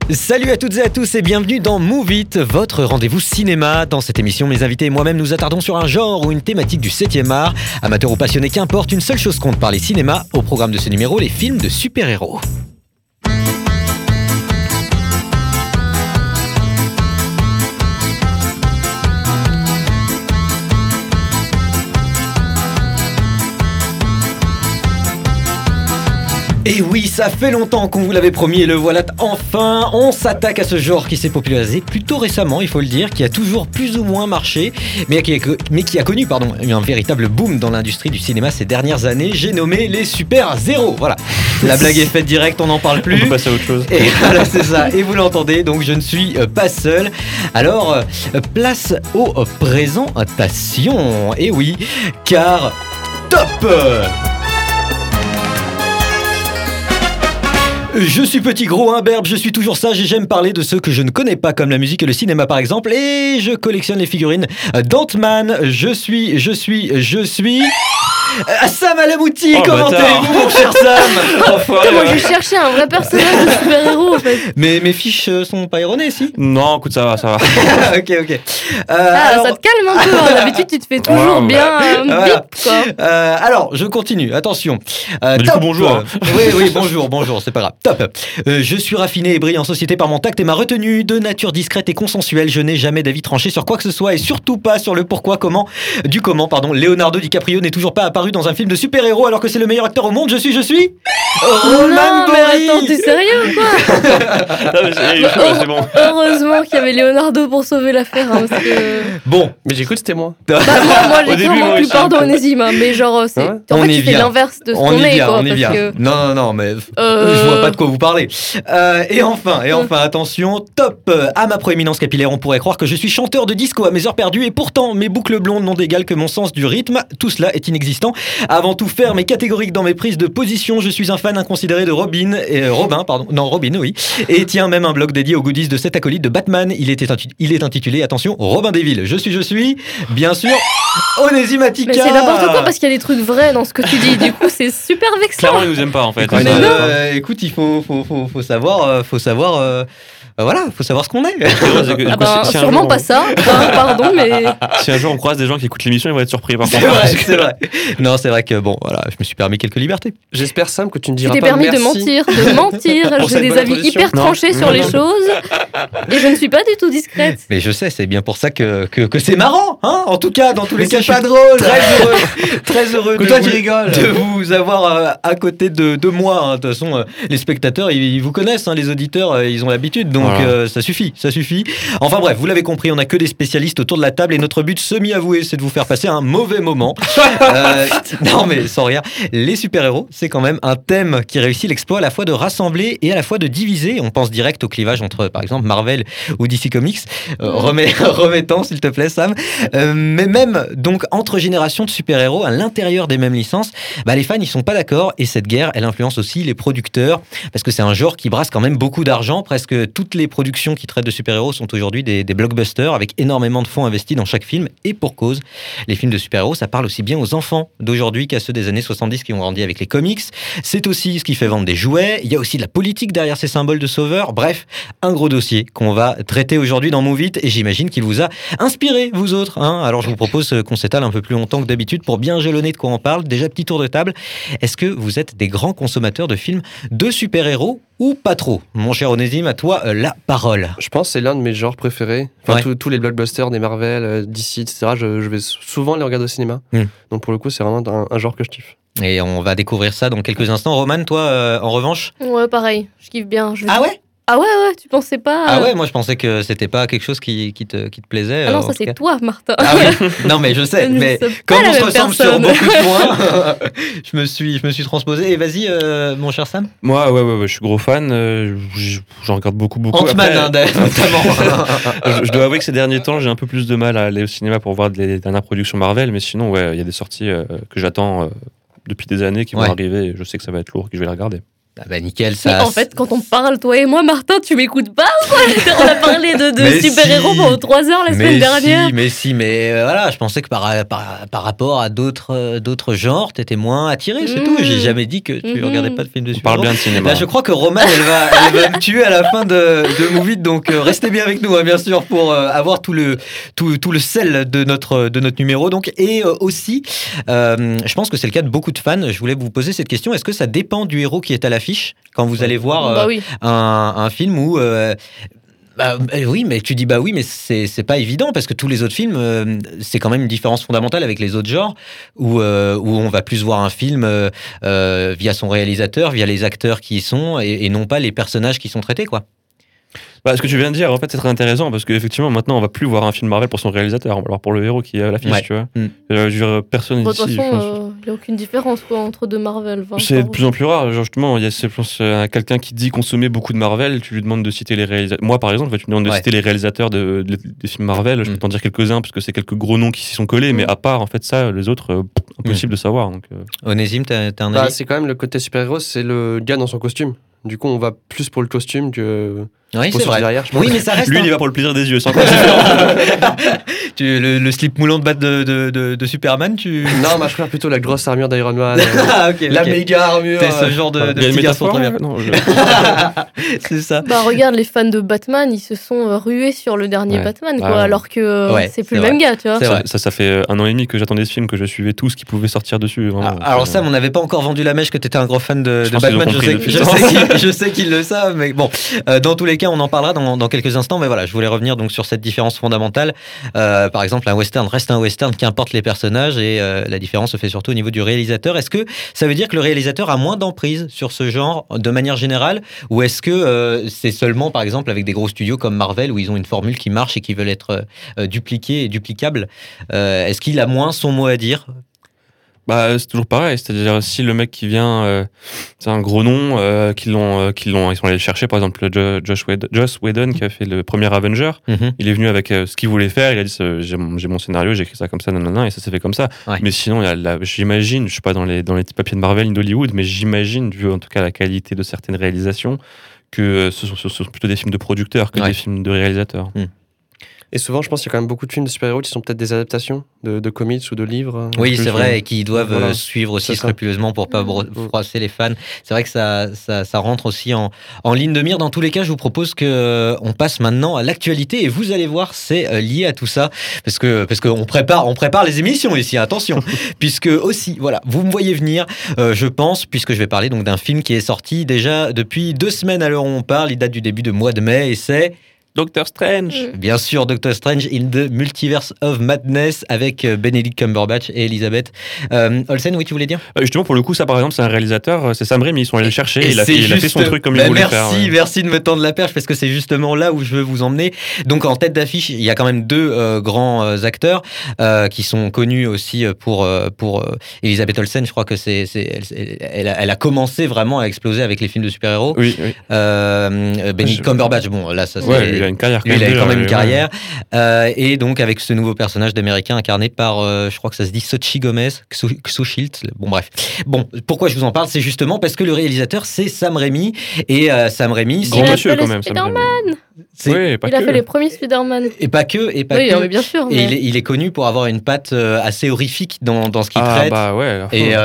Salut à toutes et à tous et bienvenue dans Move It, votre rendez-vous cinéma. Dans cette émission, mes invités et moi-même nous attardons sur un genre ou une thématique du 7e art. Amateurs ou passionnés, qu'importe, une seule chose compte, parler cinéma. Au programme de ce numéro, les films de super-héros. Et oui, ça fait longtemps qu'on vous l'avait promis et le voilà enfin. On s'attaque à ce genre qui s'est popularisé plutôt récemment, il faut le dire, qui a toujours plus ou moins marché, mais qui a connu un véritable boom dans l'industrie du cinéma ces dernières années. J'ai nommé les super-héros. Voilà, la blague est faite direct, on n'en parle plus. On peut passer à autre chose. Et voilà, c'est ça. Et vous l'entendez, donc je ne suis pas seul. Alors, place aux présentations. Et oui, car top! Je suis petit, gros, imberbe, je suis toujours sage et j'aime parler de ceux que je ne connais pas, comme la musique et le cinéma par exemple, et je collectionne les figurines d'Ant-Man. Je suis... Sam Alamouti, comment allez-vous, mon cher Sam? Moi j'ai cherché un vrai personnage de super-héros en fait. Mais mes fiches sont pas erronées, si? Non, écoute, ça va. Ok. Ça te calme un peu, d'habitude tu te fais toujours bien voilà. bip quoi. Alors, je continue, attention. Du coup, bonjour. Oui, bonjour, c'est pas grave. Top. Je suis raffiné et brille en société par mon tact et ma retenue. De nature discrète et consensuelle, je n'ai jamais d'avis tranché sur quoi que ce soit et surtout pas sur le pourquoi, comment. Leonardo DiCaprio n'est toujours pas apparu dans un film de super-héros alors que c'est le meilleur acteur au monde. Je suis Roman mais attends, t'es sérieux ou quoi? C'est bon. Heureusement qu'il y avait Leonardo pour sauver l'affaire parce que... Bon, Mais j'ai cru que c'était moi. moi Au j'ai début, clairement moi plus aussi, peur un peu. d'Onésime mais genre c'est... Ouais. En On fait y tu fais vient. l'inverse de ce on qu'on y est vient, quoi, on y parce vient. que... Non, mais je vois pas de quoi vous parlez. Et enfin, attention, top. À ma proéminence capillaire, on pourrait croire que je suis chanteur de disco à mes heures perdues et pourtant mes boucles blondes n'ont d'égal que mon sens du rythme. Tout cela est inexistant. Avant tout ferme et catégorique dans mes prises de position, je suis un fan inconsidéré de Robin, oui. Et tiens, même un blog dédié aux goodies de cet acolyte de Batman. Il est intitulé, attention, Robin des Villes. Je suis, bien sûr, Onésime Attica. Mais c'est n'importe quoi parce qu'il y a des trucs vrais dans ce que tu dis, du coup c'est super vexant. Clairement, ils nous aiment pas en fait. Écoute, Mais non. écoute, il faut savoir, faut savoir ce qu'on est. Sûrement pas ça, pardon, mais... Si un jour on croise des gens qui écoutent l'émission, ils vont être surpris par C'est contre. vrai. Non, c'est vrai que je me suis permis quelques libertés. J'espère, Sam, que tu ne Tu diras t'es pas permis merci. de mentir. Pour J'ai cette des bonne avis introduction. hyper tranchés sur les choses et je ne suis pas du tout discrète. Mais je sais, c'est bien pour ça que c'est marrant, hein. En tout cas, dans tous les Mais cas, c'est pas je suis drôle. très heureux Que de toi, vous- tu rigoles. de vous avoir à côté de moi. Hein. De toute façon, les spectateurs, ils vous connaissent, hein, les auditeurs, ils ont l'habitude, donc Voilà. ça suffit. Enfin bref, vous l'avez compris, on n'a que des spécialistes autour de la table et notre but semi-avoué, c'est de vous faire passer un mauvais moment. Non mais sans rire, les super-héros, c'est quand même un thème qui réussit l'exploit à la fois de rassembler et à la fois de diviser. On pense direct au clivage entre, par exemple, Marvel ou DC Comics. Remettons, s'il te plaît, Sam. Mais même donc entre générations de super-héros à l'intérieur des mêmes licences, les fans ils sont pas d'accord et cette guerre, elle influence aussi les producteurs parce que c'est un genre qui brasse quand même beaucoup d'argent. Presque toutes les productions qui traitent de super-héros sont aujourd'hui des blockbusters avec énormément de fonds investis dans chaque film et pour cause. Les films de super-héros, ça parle aussi bien aux enfants d'aujourd'hui qu'à ceux des années 70 qui ont grandi avec les comics. C'est aussi ce qui fait vendre des jouets. Il y a aussi de la politique derrière ces symboles de sauveurs. Bref, un gros dossier qu'on va traiter aujourd'hui dans Move It et j'imagine qu'il vous a inspiré, vous autres. Hein. Alors je vous propose qu'on s'étale un peu plus longtemps que d'habitude pour bien jalonner de quoi on parle. Déjà, petit tour de table. Est-ce que vous êtes des grands consommateurs de films de super-héros ou pas trop? Mon cher Onésime, à toi la parole. Je pense que c'est l'un de mes genres préférés. Enfin, Ouais. tous les blockbusters des Marvel, DC, etc. Je vais souvent les regarder au cinéma. Donc pour le coup, c'est vraiment un genre que je kiffe. Et on va découvrir ça dans quelques instants. Roman, toi, en revanche? Ouais, pareil, je kiffe bien. Ah ouais? Ah ouais, tu pensais pas... Ah ouais, moi je pensais que c'était pas quelque chose qui te plaisait. Ah non, en ça tout c'est cas. toi, Martin. Ah oui, non mais je sais, Nous mais sommes comme pas on la se même ressemble sur personne. beaucoup de points, je me suis transposé. Et vas-y, mon cher Sam. Moi, ouais, je suis gros fan. J'en regarde beaucoup. Ant-Man, Après, notamment. je dois avouer que ces derniers temps, j'ai un peu plus de mal à aller au cinéma pour voir les dernières productions Marvel, mais sinon, ouais, il y a des sorties que j'attends depuis des années qui vont Ouais. arriver. Et je sais que ça va être lourd, que je vais les regarder. Ah bah nickel, Mais ça. en fait, quand on parle, toi et moi, Martin, tu m'écoutes pas? On a parlé de Mais super-héros si. pendant 3 heures la semaine dernière. Mais voilà, je pensais que par rapport à d'autres genres, t'étais moins attiré, c'est tout. J'ai jamais dit que tu regardais pas de films de On parle super-héros. bien de cinéma. Là, je crois que Roman, elle va me tuer à la fin de Movie, donc restez bien avec nous, hein, bien sûr, pour avoir tout le sel de notre numéro. Donc, et aussi, je pense que c'est le cas de beaucoup de fans. Je voulais vous poser cette question. Est-ce que ça dépend du héros qui est à l'affiche quand vous allez voir Bah oui. un film où oui, mais tu dis bah oui, mais c'est pas évident parce que tous les autres films, c'est quand même une différence fondamentale avec les autres genres où on va plus voir un film via son réalisateur, via les acteurs qui y sont et non pas les personnages qui sont traités, quoi. Bah, ce que tu viens de dire, en fait, c'est très intéressant parce qu'effectivement, maintenant, on va plus voir un film Marvel pour son réalisateur, alors pour le héros qui est à l'affiche, Ouais. tu vois. Mm. Je veux dire, personne Bon, de toute ici, je pense. façon, il n'y a aucune différence quoi, entre deux Marvel. Enfin, C'est de plus en plus rare. Genre, justement, il y a je pense, quelqu'un qui dit consommer beaucoup de Marvel, tu lui demandes de citer les réalisateurs. Moi, par exemple, tu me demandes de Ouais. citer les réalisateurs des films Marvel. Je peux t'en dire quelques-uns parce que c'est quelques gros noms qui s'y sont collés, mais à part en fait ça, les autres, impossible de savoir. Donc, Onésime, t'as un Bah, avis? c'est quand même le côté super-héros, c'est le gars dans son costume. Du coup, on va plus pour le costume que Oui, pour c'est ce vrai. derrière. Je pense. Oui, mais ça reste. lui, hein. il y va pour le plaisir des yeux. C'est encore différent. Le slip moulant de batte de Superman, tu. Non, moi je préfère plutôt la grosse armure d'Iron Man. Ah, ok. La ok. méga armure. T'es ce genre de Il y a une petit garçon métaphore, très bien. non, C'est ça. Bah regarde, les fans de Batman, ils se sont rués sur le dernier Ouais. Batman, Ah quoi, ouais. alors que Ouais, c'est plus c'est le même gars, tu vois. C'est vrai. Ça fait 1 an et demi que j'attendais ce film, que je suivais tout ce qui pouvait sortir dessus. Vraiment. Alors Sam, on n'avait pas encore vendu la mèche que tu étais un gros fan de Je pense qu'ils Batman. ont compris depuis le temps. Je sais qu'ils le savent, mais bon, dans tous les cas, on en parlera dans quelques instants. Mais voilà, je voulais revenir donc sur cette différence fondamentale. Par exemple, un western reste un western, qu'importe les personnages, et la différence se fait surtout au niveau du réalisateur. Est-ce que ça veut dire que le réalisateur a moins d'emprise sur ce genre de manière générale, ou est-ce que c'est seulement, par exemple, avec des gros studios comme Marvel où ils ont une formule qui marche et qui veulent être dupliqués et duplicables, est-ce qu'il a moins son mot à dire? Bah, c'est toujours pareil, c'est-à-dire si le mec qui vient, c'est un gros nom, ils sont allés le chercher, par exemple Joss Whedon qui a fait le premier Avenger, il est venu avec ce qu'il voulait faire, il a dit j'ai mon scénario, j'ai écrit ça comme ça, nanana, et ça s'est fait comme ça. Ouais. Mais sinon, j'imagine, je suis pas dans les petits papiers de Marvel ni d'Hollywood, mais j'imagine, vu en tout cas la qualité de certaines réalisations, que ce sont plutôt des films de producteurs que Ouais. des films de réalisateurs. Et souvent, je pense qu'il y a quand même beaucoup de films de super-héros qui sont peut-être des adaptations de comics ou de livres. Oui, plus, c'est ouais. vrai, et qui doivent Voilà. suivre aussi C'est ça. scrupuleusement pour pas froisser les fans. C'est vrai que ça rentre aussi en ligne de mire. Dans tous les cas, je vous propose que on passe maintenant à l'actualité, et vous allez voir, c'est lié à tout ça, parce que on prépare les émissions ici. Attention, puisque aussi, voilà, vous me voyez venir, je pense, puisque je vais parler donc d'un film qui est sorti déjà depuis 2 semaines à l'heure où on parle. Il date du début de mois de mai et c'est Doctor Strange. bien sûr Doctor Strange in the Multiverse of Madness avec Benedict Cumberbatch et Elisabeth Olsen. Oui, tu voulais dire? Justement, pour le coup, ça par exemple, c'est un réalisateur, c'est Sam Raimi, ils sont allés le chercher, et il a fait son truc comme il voulait faire. Ouais. Merci de me tendre la perche parce que c'est justement là où je veux vous emmener. Donc en tête d'affiche, il y a quand même 2 grands acteurs qui sont connus aussi pour Elisabeth Olsen. Je crois que elle a commencé vraiment à exploser avec les films de super-héros. Oui, oui. Benedict Cumberbatch, bon là ça c'est... Ouais, lui, il a une carrière. Lui, il a quand même une ouais. carrière. Et donc, avec ce nouveau personnage d'américain incarné par, je crois que ça se dit Xochitl Gomez, Xochitl. Bon, bref. Bon, pourquoi je vous en parle? C'est justement parce que le réalisateur, c'est Sam Raimi. Et Sam Raimi, Grand Il a monsieur, fait quand les même. Sam Spider-Man. Raimi. c'est... Oui, pas Il a que. fait les premiers Spider-Man. Et pas que. Oui, que. bien sûr. Et mais- il est connu pour avoir une patte assez horrifique dans ce qu'il Ah traite. bah ouais.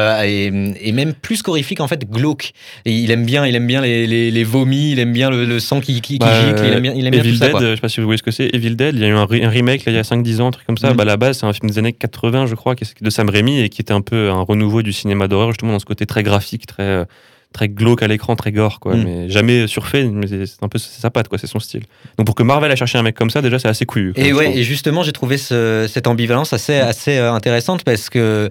Et même plus qu'horrifique, en fait, glauque. Et il aime bien les vomis, il aime bien le sang qui gicle, il aime bien Evil tout ça, Dead, quoi. je sais pas si vous voyez ce que c'est. Evil Dead, il y a eu un remake là, il y a 5-10 ans, un truc comme ça. Mhm. Bah, à la base, c'est un film des années 80, je crois, qui est de Sam Raimi et qui était un peu un renouveau du cinéma d'horreur, justement, dans ce côté très graphique, très glauque à l'écran, très gore, quoi. Mhm. Mais jamais surfait, mais c'est sa patte, quoi, c'est son style. Donc pour que Marvel a cherché un mec comme ça, déjà, c'est assez couillu. Et ouais, et justement, j'ai trouvé cette ambivalence assez intéressante parce que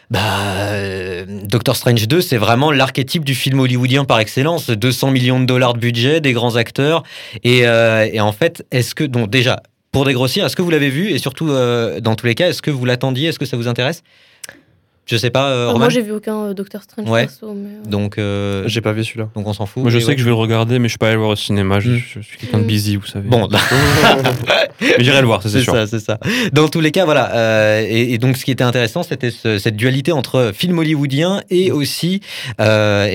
Doctor Strange 2, c'est vraiment l'archétype du film hollywoodien par excellence. 200 millions de dollars de budget, des grands acteurs. Et en fait, donc déjà, pour dégrossir, est-ce que vous l'avez vu? Et surtout, dans tous les cas, est-ce que vous l'attendiez? Est-ce que ça vous intéresse? Je sais pas, Roman. Moi, j'ai vu aucun Doctor Strange perso. Mais... Donc, j'ai pas vu celui-là. Donc on s'en fout. Moi, je sais que je vais le regarder, mais je suis pas allé le voir au cinéma. Je suis quelqu'un de busy, vous savez. Bon, mais j'irai le voir, c'est sûr. C'est ça. Dans tous les cas, voilà. Et donc, ce qui était intéressant, c'était cette dualité entre film hollywoodien et aussi, voilà,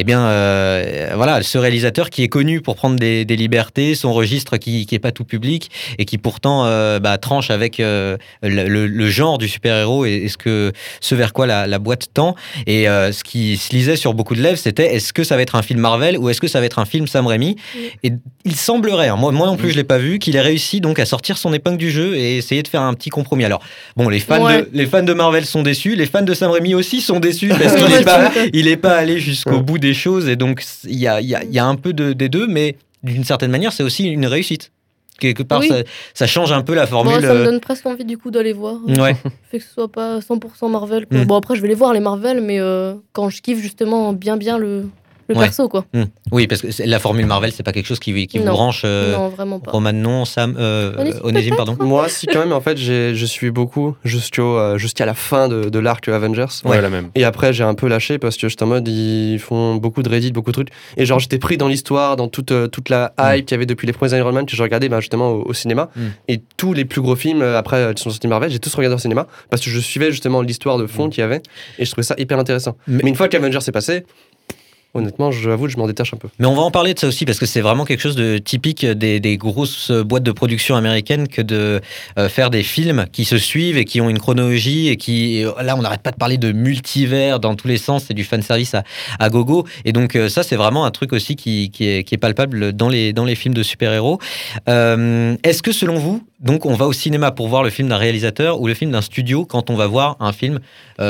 ce réalisateur qui est connu pour prendre des libertés, son registre qui est pas tout public et qui pourtant tranche avec le genre du super-héros et ce vers quoi la boîte tend. Et ce qui se lisait sur beaucoup de lèvres, c'était est-ce que ça va être un film Marvel ou est-ce que ça va être un film Sam Raimi? Et il semblerait, moi non plus je l'ai pas vu, qu'il ait réussi donc à sortir son épingle du jeu et essayer de faire un petit compromis. Alors bon, les fans de Marvel sont déçus, les fans de Sam Raimi aussi sont déçus parce qu'il est pas allé jusqu'au bout des choses et donc il y a un peu des deux, mais d'une certaine manière c'est aussi une réussite. Quelque part, ça change un peu la formule. Bon, ça me donne presque envie du coup d'aller voir. Fait que ce soit pas 100% Marvel. Quoi. Bon, après, je vais les voir, les Marvel, mais quand je kiffe justement bien le perso, quoi. Oui, parce que la formule Marvel, c'est pas quelque chose qui vous branche. Non, vraiment pas. Roman, non. Sam, Onésime, pardon. Moi, si, quand même, en fait, je suis beaucoup jusqu'à la fin de l'arc Avengers. Ouais, la même. Et après, j'ai un peu lâché parce que j'étais en mode, ils font beaucoup de Reddit, beaucoup de trucs. Et genre, j'étais pris dans l'histoire, dans toute la hype qu'il y avait depuis les premiers Iron Man que je regardais justement au cinéma. Et tous les plus gros films, après, qui sont sortis Marvel, j'ai tous regardé au cinéma parce que je suivais justement l'histoire de fond qu'il y avait. Et je trouvais ça hyper intéressant. Mais une fois qu'Avengers est passé, honnêtement, j'avoue, je m'en détache un peu. Mais on va en parler de ça aussi parce que c'est vraiment quelque chose de typique des grosses boîtes de production américaines que de faire des films qui se suivent et qui ont une chronologie et qui, là, on n'arrête pas de parler de multivers dans tous les sens, c'est du fanservice à gogo. Et donc ça, c'est vraiment un truc aussi qui est palpable dans les films de super-héros. Est-ce que selon vous, donc on va au cinéma pour voir le film d'un réalisateur ou le film d'un studio quand on va voir un film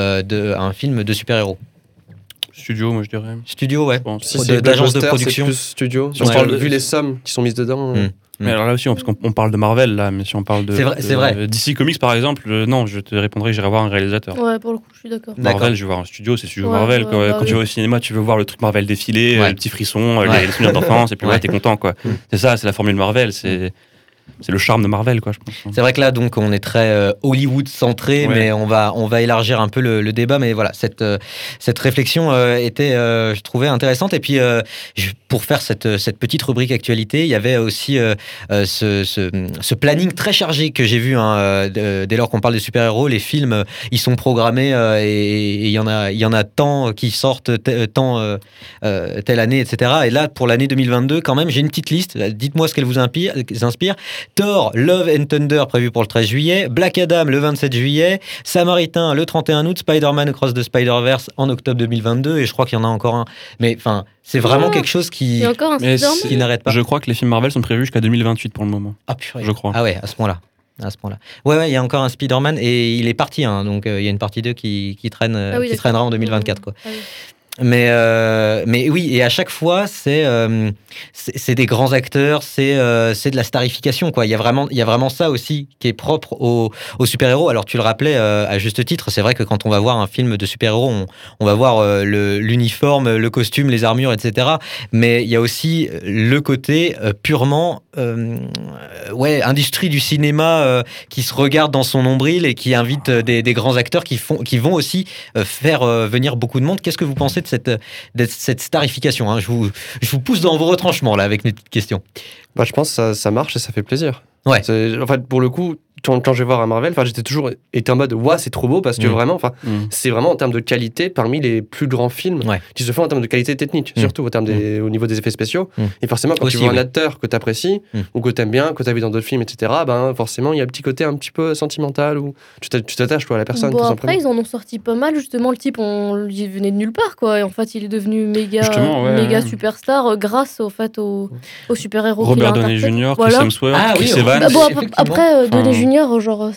de super-héros? Studio, moi je dirais. Studio, ouais. D'agence de production. C'est plus studio. Vu les sommes qui sont mises dedans. Mais alors là aussi, parce qu'on parle de Marvel, là, mais si on parle de c'est vrai. DC Comics, par exemple, non, je te répondrai, j'irai voir un réalisateur. Ouais, pour le coup, je suis d'accord. Marvel, je vais voir un studio, c'est studio Marvel. Quand tu vas au cinéma, tu veux voir le truc Marvel défiler, le petit frisson, les souvenirs d'enfance, et puis t'es content, quoi. C'est ça, c'est la formule Marvel, c'est le charme de Marvel, quoi, je pense. C'est vrai que là, donc, on est très Hollywood centré, mais on va élargir un peu le débat. Mais voilà, cette réflexion était, je trouvais intéressante. Et puis, pour faire cette petite rubrique actualité, il y avait aussi ce planning très chargé que j'ai vu. Dès lors qu'on parle des super-héros, les films, ils sont programmés et il y en a tant qui sortent telle année, etc. Et là, pour l'année 2022, quand même, j'ai une petite liste. Dites-moi ce qu'elle vous inspire. Thor, Love and Thunder prévu pour le 13 juillet, Black Adam le 27 juillet, Samaritain le 31 août, Spider-Man Across the Spider-Verse en octobre 2022 et je crois qu'il y en a encore un. Mais enfin, c'est vraiment quelque chose qui n'arrête pas. Je crois que les films Marvel sont prévus jusqu'à 2028 pour le moment. Ah purée. Je crois. Ah ouais, à ce point-là. Ouais, il y a encore un Spider-Man et il est parti, donc il y a une partie 2 qui traînera en 2024, quoi. Ah oui. Mais oui, et à chaque fois, c'est des grands acteurs, c'est de la starification, quoi. Il y a vraiment ça aussi qui est propre aux super-héros. Alors tu le rappelais à juste titre, c'est vrai que quand on va voir un film de super-héros, on va voir l'uniforme, le costume, les armures, etc. Mais il y a aussi le côté purement industrie du cinéma qui se regarde dans son nombril et qui invite des grands acteurs qui vont aussi faire venir beaucoup de monde. Qu'est-ce que vous pensez de cette starification, hein? Je vous pousse dans vos retranchements là avec mes petites questions. Je pense que ça marche et ça fait plaisir. Ouais. En fait, pour le coup, quand je vais voir un Marvel, j'étais toujours en mode c'est trop beau parce que vraiment, c'est vraiment en termes de qualité parmi les plus grands films qui se font en termes de qualité technique, surtout au niveau des effets spéciaux. Et forcément, quand tu vois un acteur que tu apprécies ou que tu aimes bien, que tu as vu dans d'autres films, etc., forcément, il y a un petit côté un petit peu sentimental où tu t'attaches à la personne. Bon, après, ils en ont sorti pas mal, justement. Le type, il venait de nulle part, quoi. Et en fait, il est devenu méga superstar grâce au super-héros. Robert Downey Jr., Chris Hemsworth, Chris Evans. Après, Downey Jr., genre.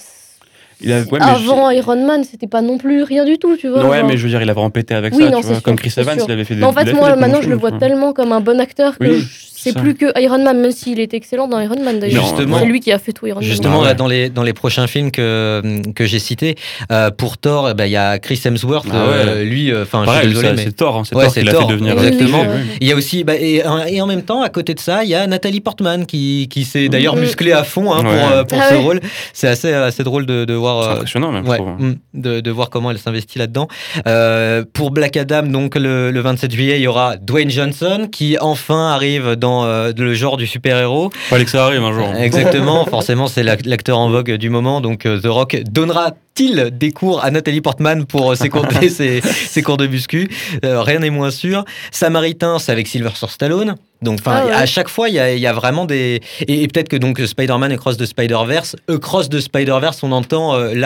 Avant Iron Man, c'était pas non plus rien du tout, tu vois. Ouais, mais je veux dire, il a vraiment pété avec ça, tu vois. Comme Chris Evans, il avait fait des. En fait, moi, maintenant, je le vois tellement comme un bon acteur que C'est plus que Iron Man, même s'il est excellent dans Iron Man d'ailleurs. Justement, c'est lui qui a fait tout Iron Man. Justement, là, dans les prochains films que j'ai cités, pour Thor, il y a Chris Hemsworth. Lui, je suis désolé, mais c'est Thor. C'est Thor qui l'a fait devenir. Exactement. Il y a aussi, et en même temps, à côté de ça, il y a Nathalie Portman qui s'est d'ailleurs musclée à fond pour ce rôle. C'est assez drôle de voir. C'est impressionnant même. Je trouve. De voir comment elle s'investit là-dedans. Pour Black Adam, donc le 27 juillet, il y aura Dwayne Johnson qui enfin arrive dans le genre du super-héros. Fallait que ça arrive un jour. Exactement, forcément c'est l'acteur en vogue du moment, donc The Rock donnera-t-il des cours à Nathalie Portman pour ses cours de muscu? Rien n'est moins sûr. Samaritain, c'est avec Sylvester Stallone. Donc, à chaque fois, il y a vraiment des... Et peut-être que donc Spider-Man Across the Spider-Verse, Across the Spider-Verse, on entend la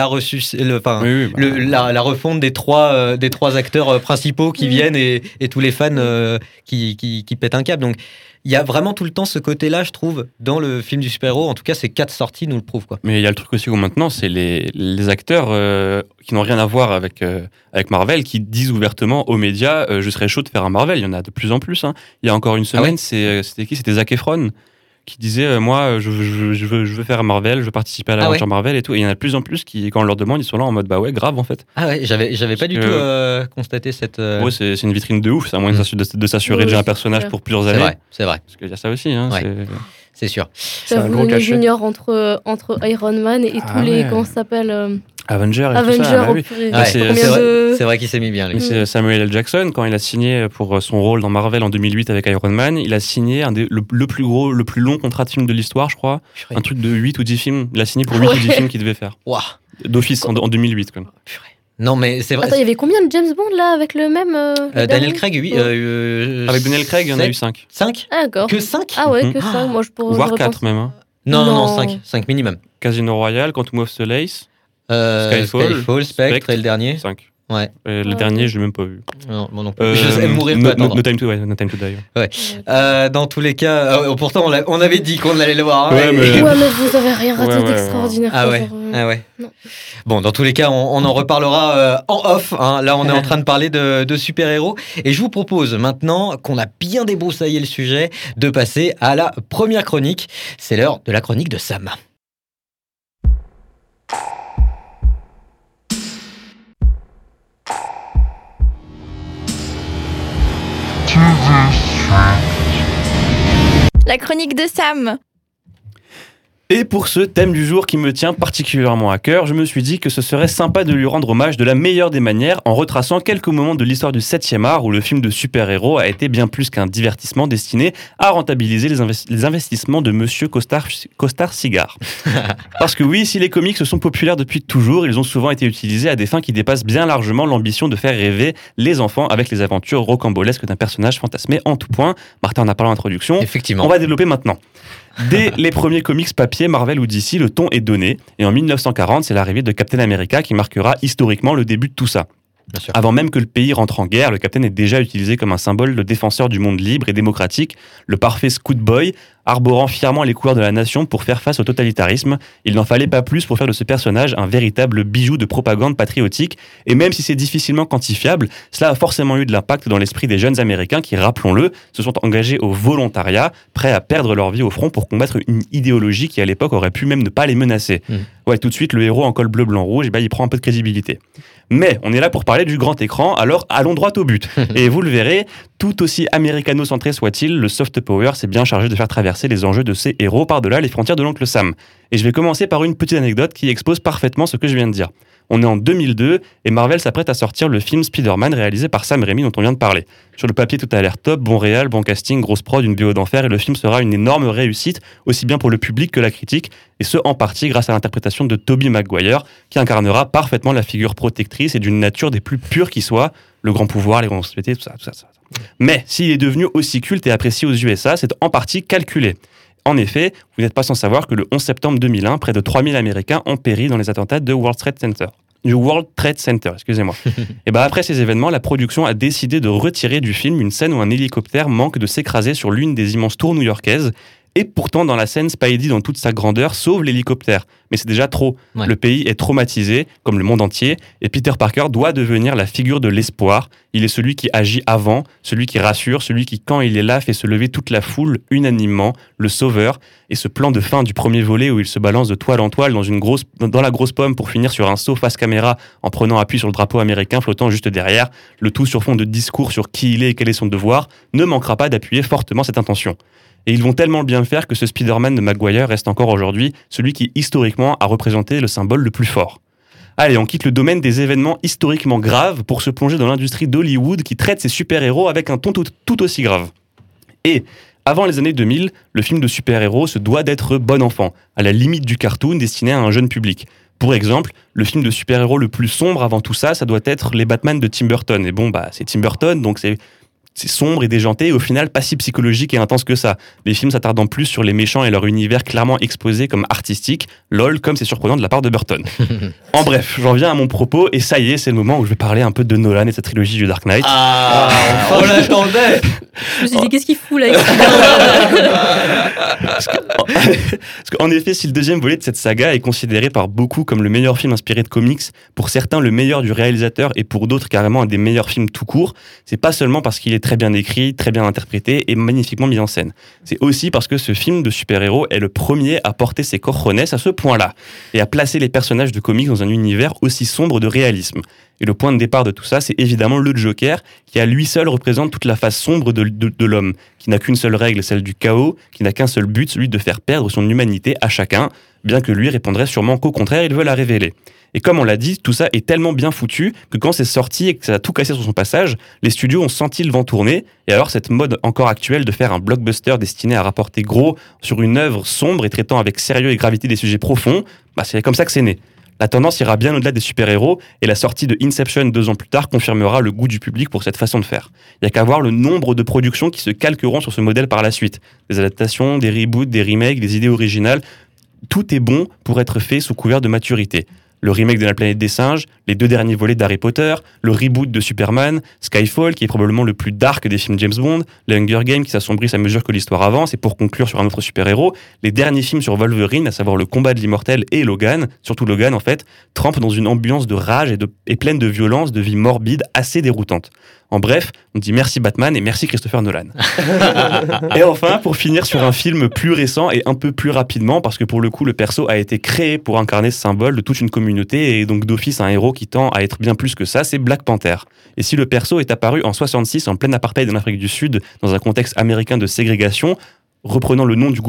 refonte des trois acteurs principaux qui viennent et tous les fans qui pètent un câble. Donc, il y a vraiment tout le temps ce côté-là, je trouve, dans le film du super-héros. En tout cas, ces 4 sorties nous le prouvent, quoi. Mais il y a le truc aussi où maintenant, c'est les acteurs qui n'ont rien à voir avec Marvel, qui disent ouvertement aux médias je serais chaud de faire un Marvel. Il y en a de plus en plus. Il y a encore une semaine, c'était qui? C'était Zac Efron qui disait moi je veux faire un Marvel, je veux participer à l'aventure Marvel et tout. Et il y en a de plus en plus qui, quand on leur demande, ils sont là en mode bah ouais, grave en fait. Ah ouais, j'avais pas du tout constaté cette. Ouais, c'est une vitrine de ouf. C'est un moyen de s'assurer déjà un personnage pour plusieurs années. C'est vrai. Parce qu'il y a ça aussi. C'est sûr. C'est un gros cachet. Junior entre Iron Man et tous les comment ça s'appelle. Avenger et tout ça. C'est vrai qu'il s'est mis bien. C'est Samuel L. Jackson, quand il a signé pour son rôle dans Marvel en 2008 avec Iron Man, il a signé le plus long contrat de film de l'histoire, je crois. Un truc de 8 ou 10 films. Il a signé pour 8 ou 10 films qu'il devait faire. Wow. D'office en 2008. Quoi. Non, mais c'est vrai. Attends, il y avait combien de James Bond là avec le même Daniel Craig, oui. Avec Daniel Craig, il y en a eu 5. 5 Ah, d'accord. Que 5 Ah ouais, que 5. Moi, je pourrais. Voire 4 même. Non, 5. 5 minimum. Casino Royale, Quantum of Solace. Skyfall, Spectre et le dernier 5. Ouais. Le dernier, je l'ai même pas vu. Non, moi non plus. Je sais mourir pas attendre. No Time to Die. Ouais. Dans tous les cas, pourtant on avait dit qu'on allait le voir. Mais vous avez rien raté d'extraordinaire. Ah ouais. Non. Bon, dans tous les cas, on en reparlera en off. Là, on est en train de parler de super-héros. Et je vous propose maintenant qu'on a bien débroussaillé le sujet, de passer à la première chronique. C'est l'heure de la chronique de Sam. La chronique de Sam. Et pour ce thème du jour qui me tient particulièrement à cœur, je me suis dit que ce serait sympa de lui rendre hommage de la meilleure des manières en retraçant quelques moments de l'histoire du 7e art où le film de super-héros a été bien plus qu'un divertissement destiné à rentabiliser les investissements de Monsieur Costard Cigare. Parce que oui, si les comics sont populaires depuis toujours, ils ont souvent été utilisés à des fins qui dépassent bien largement l'ambition de faire rêver les enfants avec les aventures rocambolesques d'un personnage fantasmé en tout point. Martin en a parlé en introduction. Effectivement. On va développer maintenant. Dès les premiers comics papier, Marvel ou DC, le ton est donné. Et en 1940, c'est l'arrivée de Captain America qui marquera historiquement le début de tout ça. Avant même que le pays rentre en guerre, le Captain est déjà utilisé comme un symbole de défenseur du monde libre et démocratique, le parfait scout boy, arborant fièrement les couleurs de la nation pour faire face au totalitarisme. Il n'en fallait pas plus pour faire de ce personnage un véritable bijou de propagande patriotique. Et même si c'est difficilement quantifiable, cela a forcément eu de l'impact dans l'esprit des jeunes Américains qui, rappelons-le, se sont engagés au volontariat, prêts à perdre leur vie au front pour combattre une idéologie qui à l'époque aurait pu même ne pas les menacer. Ouais, tout de suite, le héros en col bleu, blanc, rouge, il prend un peu de crédibilité. Mais on est là pour parler du grand écran, alors allons droit au but. Et vous le verrez, tout aussi américano-centré soit-il, le soft power s'est bien chargé de faire traverser les enjeux de ces héros par-delà les frontières de l'oncle Sam. Et je vais commencer par une petite anecdote qui expose parfaitement ce que je viens de dire. On est en 2002 et Marvel s'apprête à sortir le film Spider-Man réalisé par Sam Raimi dont on vient de parler. Sur le papier, tout a l'air top, bon réal, bon casting, grosse prod, une BO d'enfer et le film sera une énorme réussite, aussi bien pour le public que la critique, et ce en partie grâce à l'interprétation de Tobey Maguire qui incarnera parfaitement la figure protectrice et d'une nature des plus pures qui soit, le grand pouvoir, les grandes responsabilités, tout ça. Mais s'il est devenu aussi culte et apprécié aux USA, c'est en partie calculé. En effet, vous n'êtes pas sans savoir que le 11 septembre 2001, près de 3000 Américains ont péri dans les attentats de World Trade Center. Et après ces événements, la production a décidé de retirer du film une scène où un hélicoptère manque de s'écraser sur l'une des immenses tours new-yorkaises. Et pourtant, dans la scène, Spidey, dans toute sa grandeur, sauve l'hélicoptère. Mais c'est déjà trop. Le pays est traumatisé, comme le monde entier, et Peter Parker doit devenir la figure de l'espoir. Il est celui qui agit avant, celui qui rassure, celui qui, quand il est là, fait se lever toute la foule unanimement, le sauveur. Et ce plan de fin du premier volet où il se balance de toile en toile dans la grosse pomme pour finir sur un saut face caméra en prenant appui sur le drapeau américain flottant juste derrière, le tout sur fond de discours sur qui il est et quel est son devoir, ne manquera pas d'appuyer fortement cette intention. Et ils vont tellement bien faire que ce Spider-Man de Maguire reste encore aujourd'hui celui qui, historiquement, a représenté le symbole le plus fort. Allez, on quitte le domaine des événements historiquement graves pour se plonger dans l'industrie d'Hollywood qui traite ses super-héros avec un ton tout aussi grave. Et avant les années 2000, le film de super-héros se doit d'être bon enfant, à la limite du cartoon destiné à un jeune public. Pour exemple, le film de super-héros le plus sombre avant tout ça, ça doit être les Batman de Tim Burton. Et bon, c'est Tim Burton, donc c'est sombre et déjanté, et au final pas si psychologique et intense que ça. Les films s'attardant plus sur les méchants et leur univers clairement exposé comme artistique, lol, comme c'est surprenant de la part de Burton. En bref, j'en viens à mon propos, et ça y est, c'est le moment où je vais parler un peu de Nolan et de sa trilogie du Dark Knight. On l'attendait. Je me suis dit, qu'est-ce qu'il fout là? Parce qu'en effet, si le deuxième volet de cette saga est considéré par beaucoup comme le meilleur film inspiré de comics, pour certains le meilleur du réalisateur et pour d'autres carrément un des meilleurs films tout court, c'est pas seulement parce qu'il est très bien écrit, très bien interprété et magnifiquement mis en scène. C'est aussi parce que ce film de super-héros est le premier à porter ses cojones à ce point-là et à placer les personnages de comics dans un univers aussi sombre de réalisme. Et le point de départ de tout ça, c'est évidemment le Joker, qui à lui seul représente toute la face sombre de l'homme, qui n'a qu'une seule règle, celle du chaos, qui n'a qu'un seul but, celui de faire perdre son humanité à chacun, bien que lui répondrait sûrement qu'au contraire, il veut la révéler. Et comme on l'a dit, tout ça est tellement bien foutu que quand c'est sorti et que ça a tout cassé sur son passage, les studios ont senti le vent tourner, et alors cette mode encore actuelle de faire un blockbuster destiné à rapporter gros sur une œuvre sombre et traitant avec sérieux et gravité des sujets profonds, c'est comme ça que c'est né. La tendance ira bien au-delà des super-héros et la sortie de Inception 2 ans plus tard confirmera le goût du public pour cette façon de faire. Il n'y a qu'à voir le nombre de productions qui se calqueront sur ce modèle par la suite. Des adaptations, des reboots, des remakes, des idées originales. Tout est bon pour être fait sous couvert de maturité. Le remake de La Planète des Singes, les 2 derniers volets d'Harry Potter, le reboot de Superman, Skyfall qui est probablement le plus dark des films James Bond, les Hunger Games qui s'assombrissent à mesure que l'histoire avance, et pour conclure sur un autre super-héros, les derniers films sur Wolverine, à savoir le combat de l'immortel et Logan, surtout Logan en fait, trempent dans une ambiance de rage et pleine de violence, de vie morbide, assez déroutante. En bref, on dit merci Batman et merci Christopher Nolan. Et enfin, pour finir sur un film plus récent et un peu plus rapidement, parce que pour le coup, le perso a été créé pour incarner ce symbole de toute une communauté et donc d'office un héros qui tend à être bien plus que ça, c'est Black Panther. Et si le perso est apparu en 66 en plein apartheid en Afrique du Sud, dans un contexte américain de ségrégation, reprenant le nom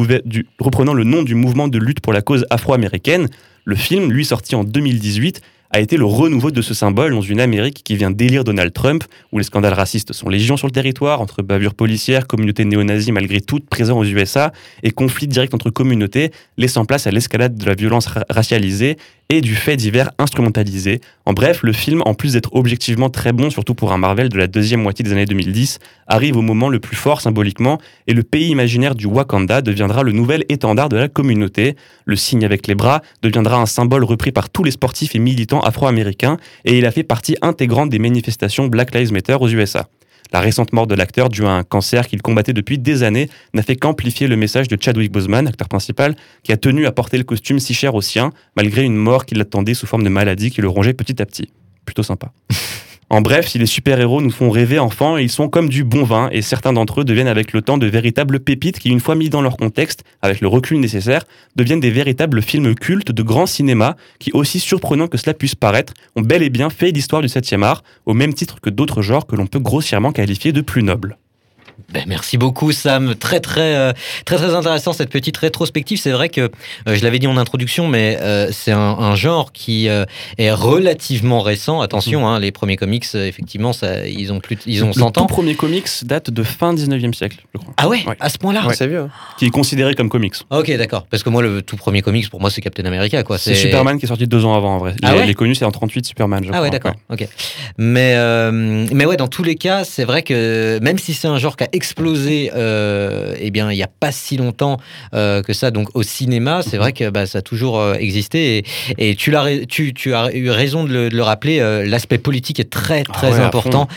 du mouvement de lutte pour la cause afro-américaine, le film, lui sorti en 2018, a été le renouveau de ce symbole dans une Amérique qui vient d'élire Donald Trump, où les scandales racistes sont légion sur le territoire, entre bavures policières, communautés néo-nazies malgré tout présents aux USA, et conflits directs entre communautés, laissant place à l'escalade de la violence racialisée et du fait divers instrumentalisé. En bref, le film, en plus d'être objectivement très bon, surtout pour un Marvel de la deuxième moitié des années 2010, arrive au moment le plus fort symboliquement, et le pays imaginaire du Wakanda deviendra le nouvel étendard de la communauté. Le signe avec les bras deviendra un symbole repris par tous les sportifs et militants afro-américains, et il a fait partie intégrante des manifestations Black Lives Matter aux USA. La récente mort de l'acteur, due à un cancer qu'il combattait depuis des années, n'a fait qu'amplifier le message de Chadwick Boseman, acteur principal, qui a tenu à porter le costume si cher au sien, malgré une mort qui l'attendait sous forme de maladie qui le rongeait petit à petit. Plutôt sympa. En bref, si les super-héros nous font rêver enfants, ils sont comme du bon vin, et certains d'entre eux deviennent avec le temps de véritables pépites qui, une fois mis dans leur contexte, avec le recul nécessaire, deviennent des véritables films cultes de grand cinéma qui, aussi surprenants que cela puisse paraître, ont bel et bien fait l'histoire du 7e art, au même titre que d'autres genres que l'on peut grossièrement qualifier de plus nobles. Merci beaucoup Sam, très intéressant cette petite rétrospective. C'est vrai que je l'avais dit en introduction, mais c'est un genre qui est relativement récent. Attention, les premiers comics, effectivement, ils ont 100 ans. Le tout premier comics date de fin 19e siècle, je crois. Ah ouais, à ce point-là. C'est vieux. Qui est considéré comme comics. Ok, d'accord. Parce que moi, le tout premier comics, pour moi, c'est Captain America, quoi. C'est Superman qui est sorti 2 ans avant, en vrai. Il est connu, c'est en 38 Superman, je crois. Ah ouais, d'accord. Ouais. Ok. Mais ouais, dans tous les cas, c'est vrai que même si c'est un genre qui a a explosé, eh bien, il n'y a pas si longtemps que ça, donc au cinéma, c'est vrai que ça a toujours existé. Et tu as eu raison de le rappeler, l'aspect politique est très, très important.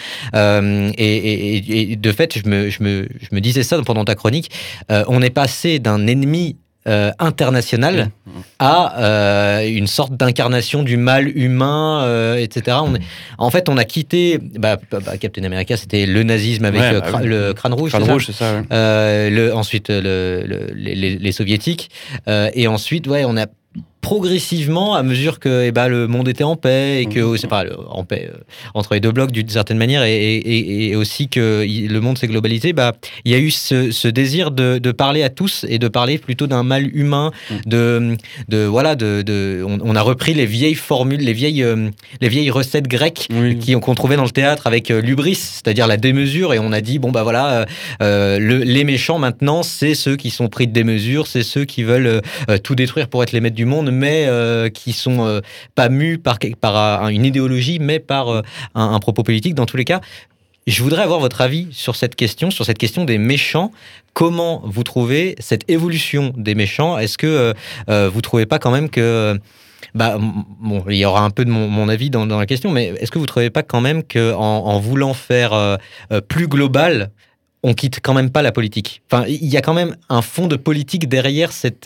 Et de fait, je me disais ça pendant ta chronique, on est passé d'un ennemi international à une sorte d'incarnation du mal humain, etc. En fait, on a quitté Captain America, c'était le nazisme avec le crâne rouge. C'est ça, ouais. Ensuite, les soviétiques. Et ensuite, on a progressivement, à mesure que le monde était en paix et que c'est pas en paix entre les deux blocs d'une certaine manière et aussi que le monde s'est globalisé, il y a eu ce désir de parler à tous et de parler plutôt d'un mal humain, on a repris les vieilles formules, les vieilles recettes grecques qu'on trouvait dans le théâtre avec l'hubris, c'est-à-dire la démesure, et on a dit les méchants maintenant, c'est ceux qui sont pris de démesure, c'est ceux qui veulent tout détruire pour être les maîtres du monde, mais qui sont pas mus par une idéologie, mais par un propos politique. Dans tous les cas, je voudrais avoir votre avis sur cette question des méchants. Comment vous trouvez cette évolution des méchants ? Est-ce que vous trouvez pas quand même que il y aura un peu de mon avis dans la question, mais est-ce que vous trouvez pas quand même que en voulant faire plus global, on quitte quand même pas la politique ? Enfin, il y a quand même un fond de politique derrière cette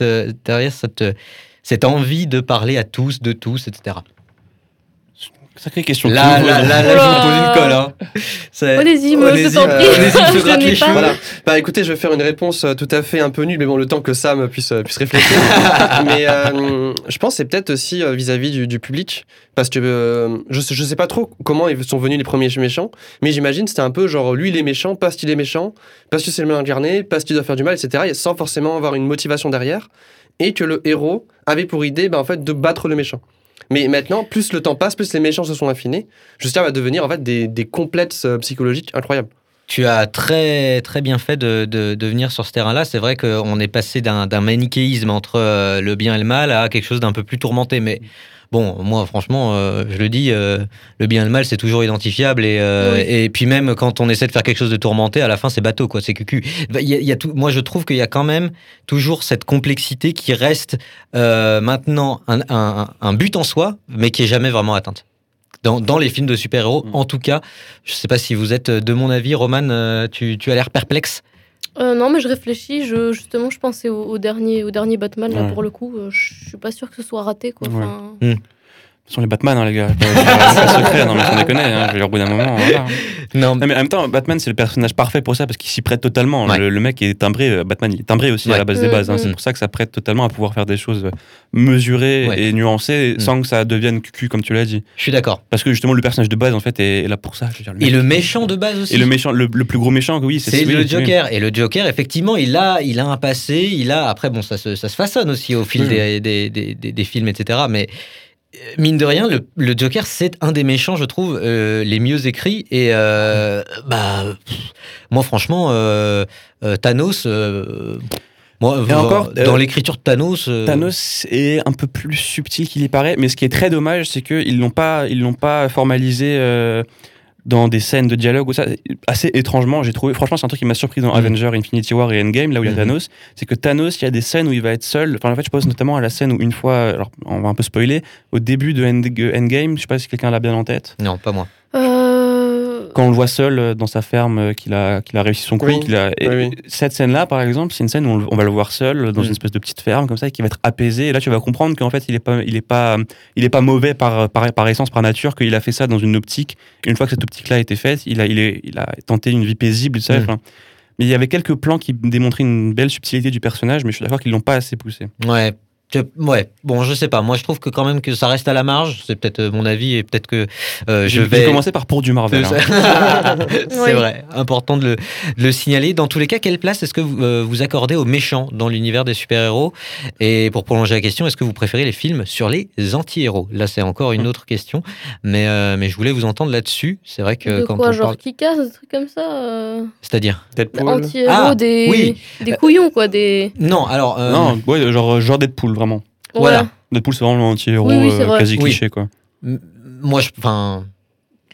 envie de parler à tous, de tous, etc. Sacrée question. Là, je vous pose une colle. Hein. Allez-y, moi, je t'en prie. Allez-y, je n'ai pas. Voilà. Écoutez, je vais faire une réponse tout à fait un peu nulle, mais bon, le temps que Sam puisse réfléchir. Mais je pense que c'est peut-être aussi vis-à-vis du public, parce que je sais pas trop comment ils sont venus les premiers méchants, mais j'imagine c'était un peu genre lui il est méchant parce qu'il est méchant, parce que c'est le mal incarné, parce qu'il doit faire du mal, etc. Sans forcément avoir une motivation derrière, et que le héros avait pour idée en fait de battre le méchant. Mais maintenant, plus le temps passe, plus les méchants se sont affinés, jusqu'à devenir en fait des complexes psychologiques incroyables. Tu as très, très bien fait de venir sur ce terrain-là. C'est vrai qu'on est passé d'un manichéisme entre le bien et le mal à quelque chose d'un peu plus tourmenté. Mais bon, moi, franchement, je le dis, le bien et le mal, c'est toujours identifiable. Et puis même quand on essaie de faire quelque chose de tourmenté, à la fin, c'est bateau, quoi. C'est cucu. Il y a tout, moi, je trouve qu'il y a quand même toujours cette complexité qui reste maintenant un but en soi, mais qui est jamais vraiment atteinte. Dans les films de super-héros, en tout cas, je ne sais pas si vous êtes de mon avis, Roman, tu as l'air perplexe. Non, mais je réfléchis. Justement, je pensais au dernier Batman, là, pour le coup. Je suis pas sûre que ce soit raté, quoi. Ce sont les Batman, les gars. C'est secret, non, mais on déconne, je vais leur au bout d'un moment. Voilà. Non, mais en même temps, Batman, c'est le personnage parfait pour ça, parce qu'il s'y prête totalement. Ouais. Le mec est timbré, Batman, il est timbré aussi à la base des bases. C'est pour ça que ça prête totalement à pouvoir faire des choses mesurées et nuancées, sans que ça devienne cucu, comme tu l'as dit. Je suis d'accord. Parce que justement, le personnage de base, en fait, est là pour ça. Je veux dire, et le méchant de base aussi. Et le méchant, le plus gros méchant, oui, c'est le Joker. Et le Joker, effectivement, il a un passé, après, bon, ça se façonne aussi au fil des films, etc. Mais mine de rien, le Joker, c'est un des méchants, je trouve, les mieux écrits. Et moi, franchement, Thanos. Dans l'écriture de Thanos. Thanos est un peu plus subtil qu'il y paraît, mais ce qui est très dommage, c'est qu'ils l'ont pas formalisé dans des scènes de dialogue ou ça. Assez étrangement, j'ai trouvé. Franchement, c'est un truc qui m'a surpris dans Avengers, Infinity War et Endgame, là où il y a Thanos. C'est que Thanos, il y a des scènes où il va être seul. Enfin, en fait, je pense notamment à la scène où une fois, alors on va un peu spoiler, au début de Endgame, je sais pas si quelqu'un l'a bien en tête. Non, pas moi. Quand on le voit seul dans sa ferme, qu'il a réussi son coup, cette scène-là, par exemple, c'est une scène où on va le voir seul dans une espèce de petite ferme comme ça, et qui va être apaisé. Et là, tu vas comprendre qu'en fait, il est pas mauvais par essence, par nature, qu'il a fait ça dans une optique. Et une fois que cette optique-là a été faite, il a tenté une vie paisible, tu sais. Mais il y avait quelques plans qui démontraient une belle subtilité du personnage, mais je suis d'accord qu'ils l'ont pas assez poussé. Ouais, bon, je sais pas. Moi, je trouve que quand même que ça reste à la marge. C'est peut-être mon avis et peut-être que je vais commencer par pour du Marvel. C'est vrai, important de le signaler. Dans tous les cas, quelle place est-ce que vous accordez aux méchants dans l'univers des super-héros ? Et pour prolonger la question, est-ce que vous préférez les films sur les anti-héros ? Là, c'est encore une autre question, mais je voulais vous entendre là-dessus. C'est vrai que quand on genre Kick-Ass, des trucs comme ça. C'est-à-dire Deadpool. Anti-héros, des couillons, quoi, des. Non, alors. Non, ouais, genre Deadpool, vraiment. Voilà. Deadpool, c'est vraiment l'anti-héros quasi cliché, quoi. Moi,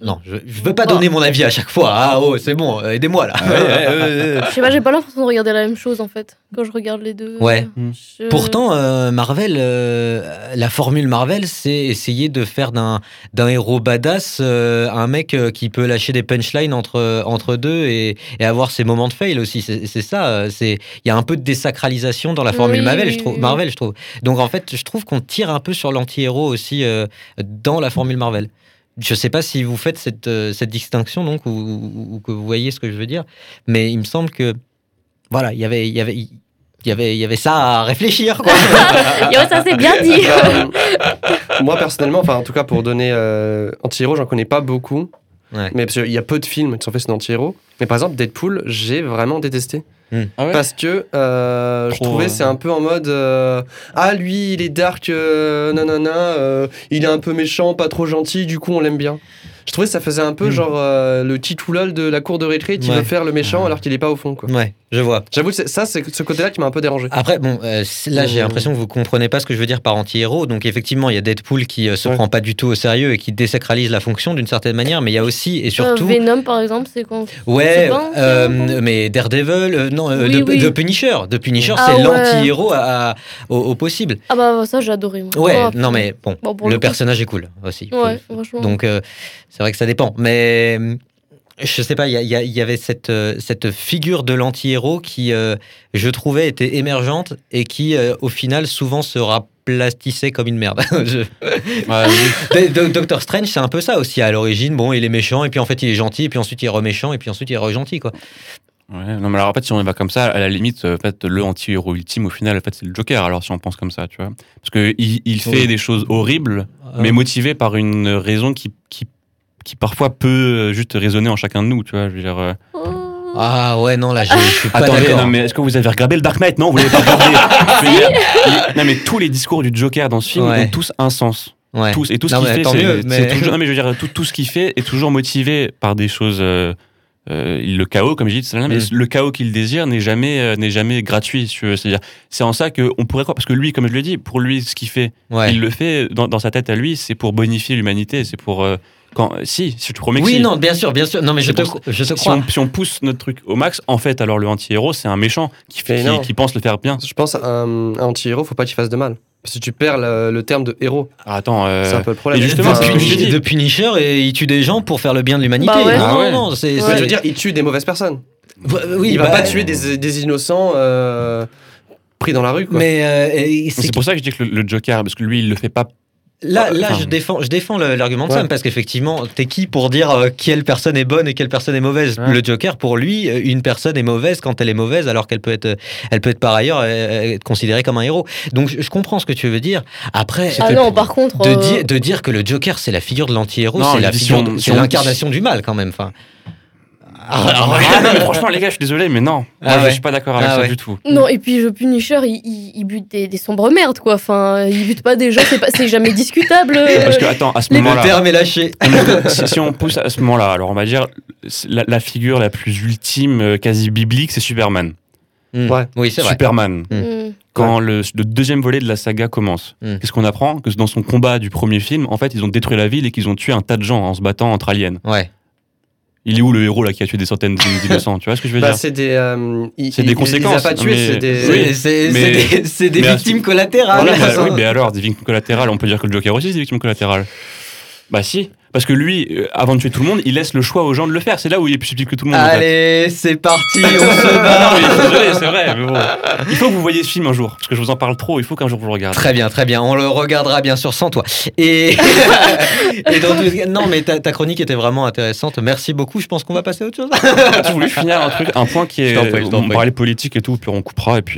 non, je veux pas donner mon avis à chaque fois. Ah oh, c'est bon, aidez-moi là. Je sais pas, j'ai pas l'impression de regarder la même chose en fait quand je regarde les deux. Ouais. Pourtant, Marvel, la formule Marvel, c'est essayer de faire d'un héros badass un mec qui peut lâcher des punchlines entre deux et avoir ses moments de fail aussi. C'est ça. Il y a un peu de désacralisation dans la formule Marvel, je trouve. Donc en fait, je trouve qu'on tire un peu sur l'anti-héros aussi dans la formule Marvel. Je sais pas si vous faites cette distinction donc ou que vous voyez ce que je veux dire, mais il me semble que voilà, il y avait ça à réfléchir quoi. Ça c'est bien dit. Moi personnellement, enfin en tout cas pour donner anti-héros, j'en connais pas beaucoup. Ouais. Mais parce qu'il y a peu de films qui sont faits sur l'anti-héros. Mais par exemple, Deadpool, j'ai vraiment détesté. Ah ouais, parce que je trouvais c'est un peu en mode lui il est dark, il est un peu méchant, pas trop gentil, du coup on l'aime bien. Je trouvais que ça faisait un peu genre le titoulol de la cour de récré qui veut faire le méchant alors qu'il est pas au fond quoi. Ouais, je vois. J'avoue que c'est ce côté-là qui m'a un peu dérangé. Après bon, là j'ai l'impression que vous comprenez pas ce que je veux dire par anti-héros. Donc effectivement il y a Deadpool qui se prend pas du tout au sérieux et qui désacralise la fonction d'une certaine manière, mais il y a aussi et surtout Venom par exemple, c'est quand mais Daredevil The Punisher. The Punisher c'est l'anti-héros au possible. Ah bah ça j'ai adoré. Moi. Ouais, non mais bon le personnage est cool aussi. Ouais, franchement. Donc c'est vrai que ça dépend, mais je sais pas, il y avait cette figure de l'anti-héros qui, je trouvais, était émergente et qui, au final, souvent se raplatissait comme une merde. Doctor Strange, c'est un peu ça aussi. À l'origine, bon, il est méchant et puis en fait, il est gentil et puis ensuite, il est reméchant et puis ensuite, il est re-gentil, quoi. Ouais, non, mais alors en fait, si on y va comme ça, à la limite, en fait, le anti-héros ultime, au final, en fait, c'est le Joker. Alors, si on pense comme ça, tu vois. Parce que il fait des choses horribles, mais motivé par une raison qui parfois peut juste résonner en chacun de nous, tu vois, je veux dire... Ah ouais, non, là, je suis pas Attendez, d'accord. Non, mais est-ce que vous avez regardé le Dark Knight? Non, vous l'avez pas regardé. Non, mais tous les discours du Joker dans ce film ont tous un sens. Ouais. Tous, et tout ce qu'il fait, c'est toujours... Non, mais je veux dire, tout ce qu'il fait est toujours motivé par des choses... le chaos, comme j'ai dit, mais le chaos qu'il désire n'est jamais gratuit. C'est-à-dire, c'est en ça qu'on pourrait croire, parce que lui, comme je l'ai dit, pour lui, ce qu'il fait, il le fait dans sa tête à lui, c'est pour bonifier l'humanité, c'est pour... si je te promets que oui, non, bien sûr. Non, mais je te crois. Si on pousse notre truc au max, en fait, alors le anti-héros, c'est un méchant qui pense le faire bien. Je pense un anti-héros, faut pas qu'il fasse de mal. Parce que tu perds le terme de héros. Attends, c'est un peu le problème. Et justement, de Punisher et il tue des gens pour faire le bien de l'humanité. Bah ouais. Non, c'est. Je veux dire, il tue des mauvaises personnes. Oui, il va pas tuer des innocents pris dans la rue. Quoi. Mais c'est pour ça que je dis que le Joker, parce que lui, il le fait pas. Là, je défends l'argument de Sam parce qu'effectivement, t'es qui pour dire quelle personne est bonne et quelle personne est mauvaise. Le Joker, pour lui, une personne est mauvaise quand elle est mauvaise, alors qu'elle peut être par ailleurs être considérée comme un héros. Donc, je comprends ce que tu veux dire. Après, par contre, de dire que le Joker c'est la figure de l'anti-héros, c'est l'incarnation du mal quand même. Enfin. Non, mais franchement, les gars, je suis désolé, mais non. Moi, je suis pas d'accord avec ça du tout. Non, et puis Punisher, il bute des sombres merdes, quoi. Enfin, il bute pas des gens, c'est jamais discutable. Parce que, attends, à ce moment-là. Le terme est lâché. Si on pousse à ce moment-là, alors on va dire, la figure la plus ultime, quasi biblique, c'est Superman. Oui, c'est vrai. Superman. Quand le deuxième volet de la saga commence, qu'est-ce qu'on apprend? Que dans son combat du premier film, en fait, ils ont détruit la ville et qu'ils ont tué un tas de gens en se battant entre aliens. Ouais. Il est où le héros là qui a tué des centaines d'innocents? Tu vois ce que je veux dire? C'est des conséquences. Il les a pas tués, c'est des victimes collatérales. Oui, mais alors, des victimes collatérales, on peut dire que le Joker aussi c'est des victimes collatérales. Bah si, parce que lui, avant de tuer tout le monde, il laisse le choix aux gens de le faire. C'est là où il est plus subtil que tout le monde. Allez, c'est parti, on se bat. Désolé, c'est vrai, mais bon. Il faut que vous voyez ce film un jour, parce que je vous en parle trop, il faut qu'un jour vous le regardiez. Très bien, on le regardera bien sûr sans toi. Et non, mais ta chronique était vraiment intéressante, merci beaucoup, je pense qu'on va passer à autre chose. Tu voulais finir un point qui est... On parlait politique et tout, puis on coupera, et puis...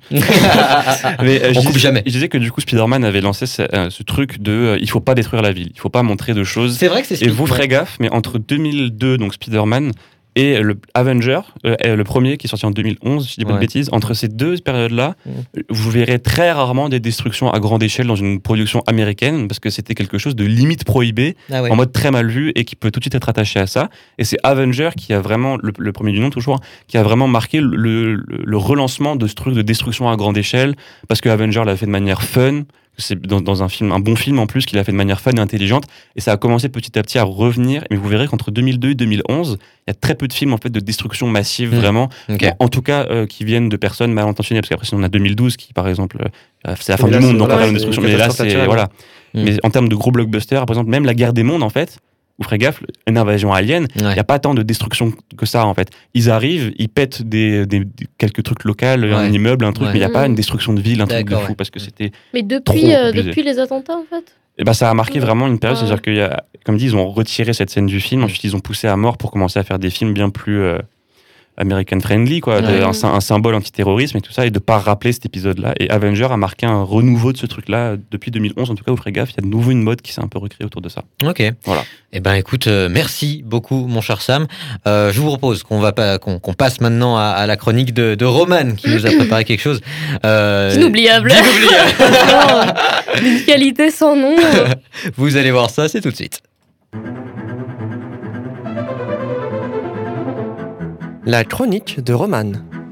Mais on coupe jamais. Je disais que du coup, Spider-Man avait lancé ce truc de... il faut pas détruire la ville, il faut pas montrer de choses. C'est vrai que c'est Et vous ferez gaffe, mais entre 2002, donc Spider-Man, et le Avenger, le premier qui est sorti en 2011, si je dis pas de bêtises, entre ces deux périodes-là, vous verrez très rarement des destructions à grande échelle dans une production américaine, parce que c'était quelque chose de limite prohibé, en mode très mal vu, et qui peut tout de suite être attaché à ça. Et c'est Avenger qui a vraiment, le premier du nom toujours, qui a vraiment marqué le relancement de ce truc de destruction à grande échelle, parce que Avenger l'a fait de manière fun, C'est dans un film, un bon film en plus, qu'il a fait de manière fun et intelligente. Et ça a commencé petit à petit à revenir. Mais vous verrez qu'entre 2002 et 2011, il y a très peu de films en fait de destruction massive, vraiment. Okay. En tout cas, qui viennent de personnes mal intentionnées. Parce qu'après, on a 2012 qui, par exemple, c'est la fin du monde, donc on a une destruction. Mais là, c'est voilà. Mais en termes de gros blockbusters, par exemple, même La Guerre des Mondes, en fait. Vous ferez gaffe, une invasion alien, il n'y a pas tant de destruction que ça en fait. Ils arrivent, ils pètent quelques trucs locaux, un immeuble, un truc, mais il n'y a pas une destruction de ville, un truc de fou parce que c'était. Mais depuis les attentats en fait. Et ça a marqué vraiment une période, c'est-à-dire qu'il y a, comme dit, ils ont retiré cette scène du film, ensuite ils ont poussé à mort pour commencer à faire des films bien plus American friendly, quoi, un symbole antiterrorisme et tout ça, et de pas rappeler cet épisode-là. Et Avenger a marqué un renouveau de ce truc-là depuis 2011. En tout cas, vous ferez gaffe, il y a de nouveau une mode qui s'est un peu recréée autour de ça. Ok. Voilà. Eh ben, écoute, merci beaucoup, mon cher Sam. Je vous propose qu'on passe maintenant à la chronique de Roman, qui nous a préparé quelque chose. Inoubliable. D'une qualité sans nom. Vous allez voir ça, c'est tout de suite. La chronique de Roman.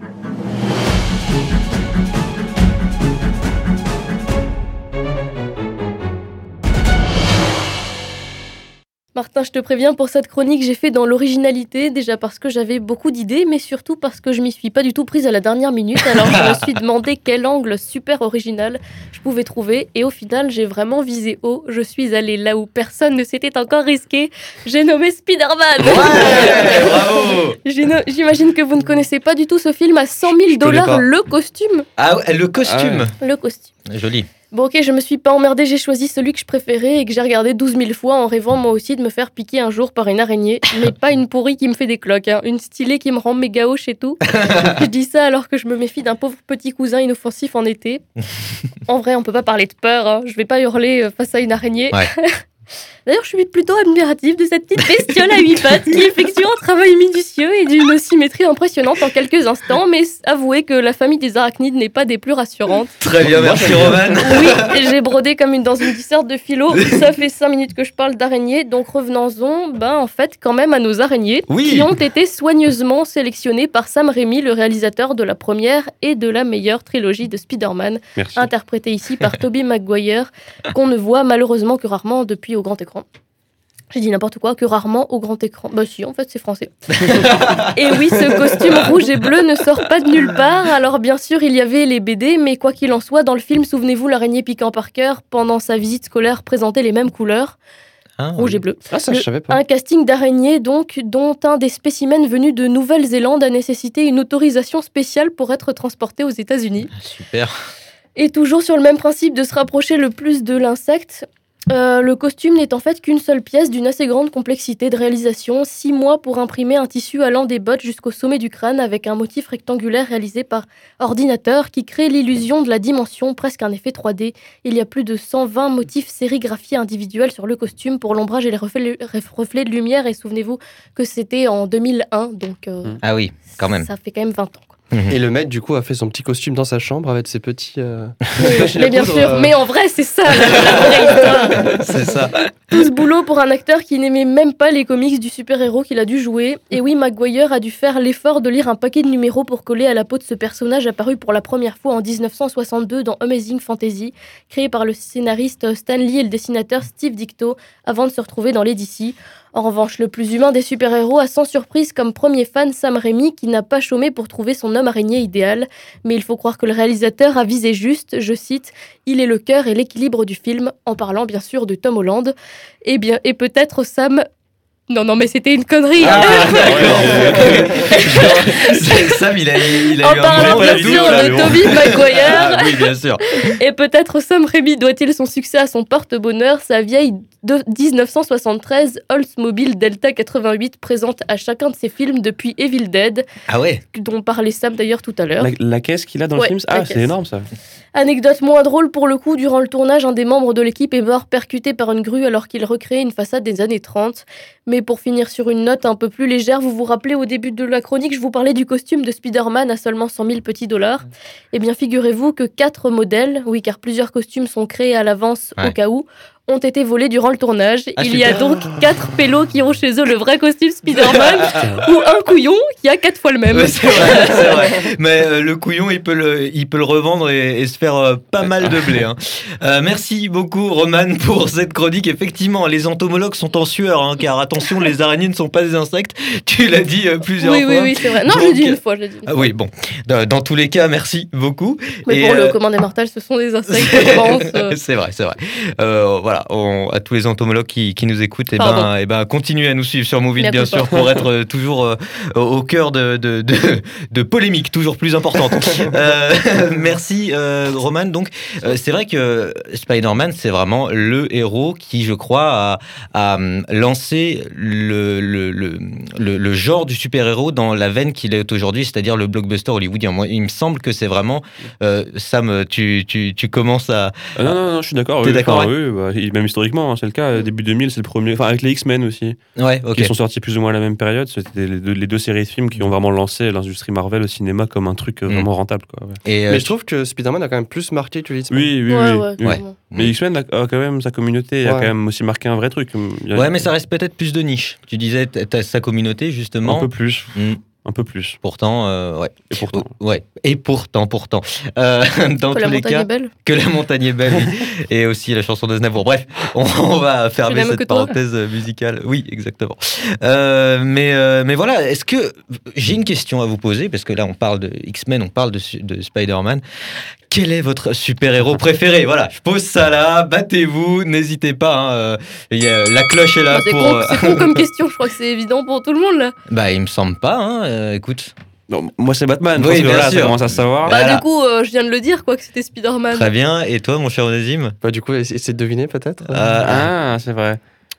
Martin, je te préviens, pour cette chronique, j'ai fait dans l'originalité, déjà parce que j'avais beaucoup d'idées, mais surtout parce que je m'y suis pas du tout prise à la dernière minute, alors je me suis demandé quel angle super original je pouvais trouver, et au final, j'ai vraiment visé haut, je suis allée là où personne ne s'était encore risqué, j'ai nommé Spider-Man. Ouais, bravo. J'imagine que vous ne connaissez pas du tout ce film à $100 000, le costume. Ah ouais, le costume. Ah ouais. Le costume. Joli. Bon ok, je me suis pas emmerdée, j'ai choisi celui que je préférais et que j'ai regardé 12 000 fois en rêvant moi aussi de me faire piquer un jour par une araignée, mais pas une pourrie qui me fait des cloques, hein. Une stylée qui me rend méga hoche et tout. Je dis ça alors que je me méfie d'un pauvre petit cousin inoffensif en été. En vrai, on peut pas parler de peur, hein. Je vais pas hurler face à une araignée. Ouais. D'ailleurs, je suis plutôt admirative de cette petite bestiole à 8 pattes qui effectue un travail minutieux et d'une symétrie impressionnante en quelques instants, mais avouez que la famille des arachnides n'est pas des plus rassurantes. Très bien, merci Roman. Oui, j'ai brodé comme dans une disserte de philo. Ça fait 5 minutes que je parle d'araignées, donc revenons-en en fait quand même à nos araignées qui ont été soigneusement sélectionnées par Sam Raimi, le réalisateur de la première et de la meilleure trilogie de Spider-Man, interprétée ici par Tobey Maguire, qu'on ne voit malheureusement que rarement depuis au grand écran. J'ai dit n'importe quoi, que rarement au grand écran. Bah si, en fait, c'est français. Et oui, ce costume rouge et bleu ne sort pas de nulle part. Alors bien sûr, il y avait les BD, mais quoi qu'il en soit, dans le film, souvenez-vous, l'araignée piquant Parker, pendant sa visite scolaire, présentait les mêmes couleurs. Rouge et bleu. Ah, ça, je savais pas. Un casting d'araignées, donc, dont un des spécimens venus de Nouvelle-Zélande a nécessité une autorisation spéciale pour être transporté aux États-Unis. Super. Et toujours sur le même principe de se rapprocher le plus de l'insecte, le costume n'est en fait qu'une seule pièce d'une assez grande complexité de réalisation. 6 mois pour imprimer un tissu allant des bottes jusqu'au sommet du crâne avec un motif rectangulaire réalisé par ordinateur qui crée l'illusion de la dimension, presque un effet 3D. Il y a plus de 120 motifs sérigraphiés individuels sur le costume pour l'ombrage et les reflets de lumière. Et souvenez-vous que c'était en 2001, donc ah oui, quand même. Ça fait quand même 20 ans. Et le mec, du coup, a fait son petit costume dans sa chambre avec ses petits. Mais bien sûr, mais en vrai, c'est ça la vraie histoire. C'est ça. Tout ce boulot pour un acteur qui n'aimait même pas les comics du super-héros qu'il a dû jouer. Et oui, Maguire a dû faire l'effort de lire un paquet de numéros pour coller à la peau de ce personnage apparu pour la première fois en 1962 dans Amazing Fantasy, créé par le scénariste Stan Lee et le dessinateur Steve Ditko, avant de se retrouver dans les DC. En revanche, le plus humain des super-héros a sans surprise comme premier fan Sam Raimi qui n'a pas chômé pour trouver son homme araignée idéal. Mais il faut croire que le réalisateur a visé juste, je cite, « Il est le cœur et l'équilibre du film », en parlant bien sûr de Tom Holland. Et peut-être Sam... Non, mais c'était une connerie. Sam, il a eu en parlant bien sûr de Tobey Maguire. Oui, bien sûr. Et peut-être Sam Raimi doit-il son succès à son porte-bonheur, sa vieille 1973 Oldsmobile Delta 88 présente à chacun de ses films depuis Evil Dead. Ah ouais. Dont parlait Sam d'ailleurs tout à l'heure. La caisse qu'il a dans le film, c'est énorme ça. Anecdote moins drôle pour le coup, durant le tournage, un des membres de l'équipe est mort percuté par une grue alors qu'il recréait une façade des années 30. Mais pour finir sur une note un peu plus légère, vous vous rappelez au début de la chronique, je vous parlais du costume de Spider-Man à seulement 100 000 petits dollars. Eh bien, figurez-vous que 4 modèles, oui car plusieurs costumes sont créés à l'avance au cas où, ont été volés durant le tournage. Ah, Il y a donc 4 pélos qui ont chez eux le vrai costume Spider-Man ou un couillon qui a 4 fois le même. Ouais, c'est vrai. Mais le couillon, il peut le revendre et se faire pas mal de blé. Hein. Merci beaucoup, Roman, pour cette chronique. Effectivement, les entomologues sont en sueur, hein, car attention, les araignées ne sont pas des insectes. Tu l'as dit plusieurs fois. Oui, c'est vrai. Non, je l'ai dit une fois. Oui, bon. Dans tous les cas, merci beaucoup. Mais pour le commandé mortel, ce sont des insectes, je pense. C'est vrai. Voilà, à tous les entomologues qui nous écoutent, continuez à nous suivre sur Movie, bien sûr, pour être toujours au cœur de polémiques toujours plus importantes. Merci, Roman. Donc, c'est vrai que Spider-Man, c'est vraiment le héros qui, je crois, a lancé le genre du super-héros dans la veine qu'il est aujourd'hui, c'est-à-dire le blockbuster hollywoodien. Moi, il me semble que c'est vraiment... Sam, tu commences à... Non, je suis d'accord. T'es d'accord, oui, même historiquement, hein, c'est le cas. Début 2000, c'est le premier... Enfin, avec les X-Men aussi. Ouais, ok. Qui sont sortis plus ou moins à la même période. C'était les deux séries de films qui ont vraiment lancé l'industrie Marvel au cinéma comme un truc vraiment rentable. Quoi, ouais. Mais je trouve que Spider-Man a quand même plus marqué que les X-Men. Oui. Mais X-Men a quand même sa communauté, a quand même aussi marqué un vrai truc. Ouais, mais ça reste peut-être plus de niche. Tu disais, t'as sa communauté, justement. Un peu plus. Un peu plus. Pourtant, ouais. Et pourtant. Ouais. Et pourtant. Dans tous les cas, que la montagne est belle. Et aussi la chanson d'Aznavour. Bref, on va fermer cette parenthèse musicale. Oui, exactement. Mais voilà, est-ce que... J'ai une question à vous poser, parce que là, on parle de X-Men, on parle de Spider-Man. Quel est votre super-héros préféré ? Voilà, je pose ça là, battez-vous, n'hésitez pas. La cloche est là pour... C'est con comme question, je crois que c'est évident pour tout le monde, là. Bah, il me semble pas, écoute... Non, moi c'est Batman, oui, bien sûr. Ça commence à savoir. Du coup, je viens de le dire, que c'était Spider-Man. Très bien, et toi, mon cher Onésime ? Du coup, essayez de deviner peut-être. C'est vrai.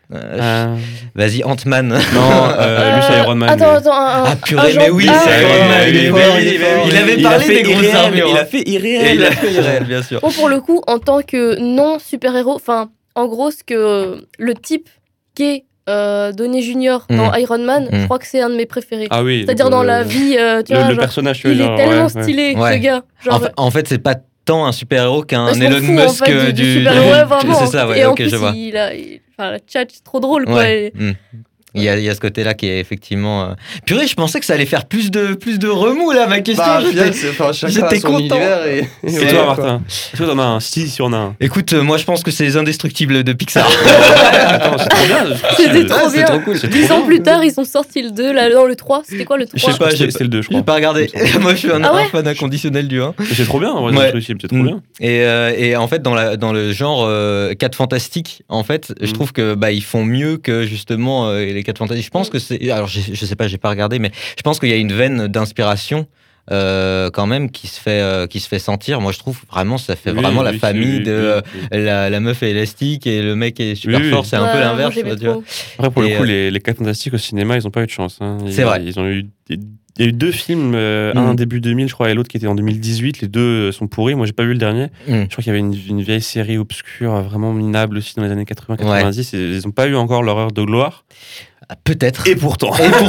Vas-y, Ant-Man. Non, lui c'est Iron Man. Attends, purée, mais oui, c'est Iron Man. Il avait parlé des grosses armures. Il a fait irréel. Bien sûr. Bon, pour le coup, en tant que non super-héros, enfin, en gros, ce que le type qu'est Downey Jr. dans Iron Man, je crois que c'est un de mes préférés. Ah oui. C'est-à-dire dans la vie, le personnage, il est tellement stylé, ce gars. En fait, c'est pas tant un super-héros qu'un Elon Musk du super-héros, vraiment. C'est ça, ouais, et ok, en plus, je vois. La chat, c'est trop drôle, quoi. Ouais. Il y a ce côté-là qui est effectivement... Purée, je pensais que ça allait faire plus de remous, là, ma question. J'étais content. Et toi, Martin ? Est-ce que t'en as un ? Si, on a un. Écoute, moi, je pense que c'est les Indestructibles de Pixar. Attends, c'est trop bien. C'était trop bien. Trop cool. 10 ans plus tard, ils ont sorti le 2, là, dans le 3. C'était quoi le 3 Je sais pas, c'est le 2, je crois. J'ai pas regardé. Moi, je suis un fan inconditionnel du 1. C'est trop bien, en vrai, c'est trop bien. Et en fait, dans le genre 4 fantastiques, en fait, je trouve que ils font mieux que justement les 4 fantastiques. Je pense que c'est... Alors, je sais pas, j'ai pas regardé, mais je pense qu'il y a une veine d'inspiration quand même qui se fait sentir. Moi, je trouve vraiment, ça fait vraiment la famille de la meuf est élastique et le mec est super fort. C'est un peu l'inverse. Après, pour le coup, les 4 fantastiques au cinéma, ils ont pas eu de chance. C'est vrai. Il y a eu 2 films, un début 2000, je crois, et l'autre qui était en 2018. Les deux sont pourris. Moi, j'ai pas vu le dernier. Je crois qu'il y avait une vieille série obscure, vraiment minable aussi dans les années 80-90. Et ils ont pas eu encore leur heure de gloire. Peut-être. Et pourtant,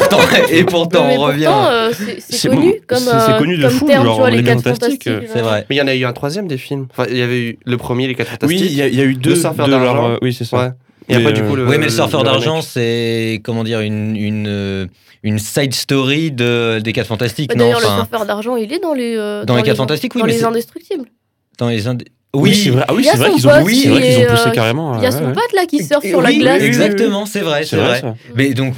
on revient. C'est connu c'est connu de fou, genre les 4 fantastiques. C'est vrai. Mais il y en a eu un troisième des films. Enfin, il y avait eu le premier, les 4 fantastiques. Oui, il y a eu 2 surfeurs d'argent. Oui, c'est ça. Ouais. Et après, du coup, oui, mais le surfeur d'argent, c'est comment dire une side story des 4 fantastiques. D'ailleurs, le surfeur d'argent, il est dans les 4 fantastiques, oui, dans les Indestructibles. Oui, c'est vrai. Oui, c'est vrai qu'ils ont poussé carrément. Il y a son pote là qui surfe sur la glace. Exactement, c'est vrai. Mais donc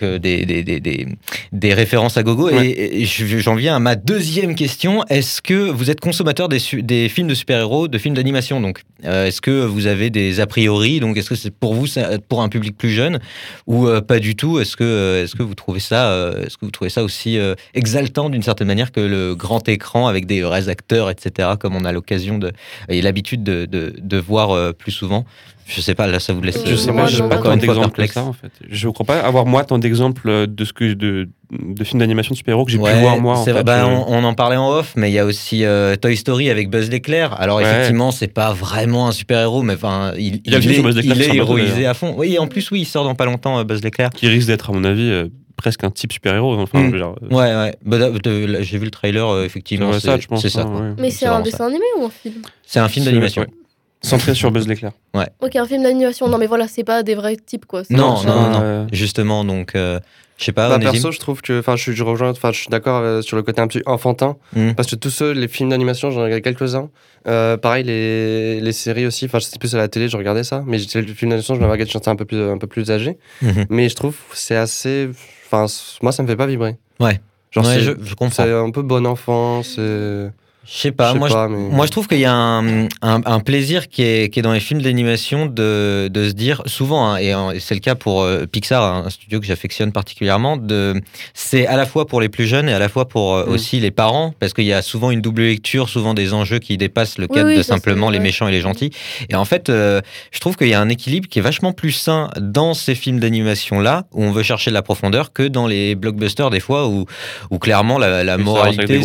des références à gogo. Et j'en viens à ma deuxième question. Est-ce que vous êtes consommateur des films de super-héros, de films d'animation donc est-ce que vous avez des a priori donc est-ce que c'est pour vous pour un public plus jeune ou pas du tout ? Est-ce que vous trouvez ça aussi exaltant d'une certaine manière que le grand écran avec des vrais acteurs, etc. comme on a l'occasion l'habitude de voir plus souvent. Je sais pas, là ça vous laisse. Je sais pas, j'ai pas tant d'exemples que ça en fait. Je crois pas avoir moi tant d'exemples de films d'animation de super-héros que j'ai pu voir moi. En fait. On en parlait en off, mais il y a aussi Toy Story avec Buzz l'éclair. Alors effectivement, c'est pas vraiment un super-héros, mais enfin il est héroïsé à fond. Oui, en plus il sort dans pas longtemps Buzz l'éclair. Qui risque d'être à mon avis presque un type super-héros. Enfin, genre, ouais. J'ai vu le trailer, effectivement. C'est ça, je pense. C'est ça. Ouais. Mais c'est un dessin animé ou un film ? C'est un film d'animation. Centré sur Buzz l'éclair. Ouais. Ok, un film d'animation. Non, mais voilà, c'est pas des vrais types, quoi. Non. Justement, donc, je sais pas. Perso, je trouve que, je suis d'accord sur le côté un peu enfantin, parce que tous ceux, les films d'animation, j'en ai regardé quelques-uns. Pareil, les séries aussi. Enfin, c'était plus à la télé, je regardais ça. Mais les films d'animation, je me regardais quand j'étais un peu plus âgé. Mais je trouve que c'est assez. Enfin, moi, ça me fait pas vibrer. Ouais. Genre, je comprends. C'est un peu bon enfant. Je sais pas, moi je trouve qu'il y a un plaisir qui est dans les films d'animation de se dire, souvent, hein, et c'est le cas pour Pixar, un studio que j'affectionne particulièrement, c'est à la fois pour les plus jeunes et à la fois pour aussi les parents, parce qu'il y a souvent une double lecture, souvent des enjeux qui dépassent le cadre de simplement les méchants et les gentils. Et en fait, je trouve qu'il y a un équilibre qui est vachement plus sain dans ces films d'animation-là, où on veut chercher de la profondeur, que dans les blockbusters des fois, où clairement la moralité,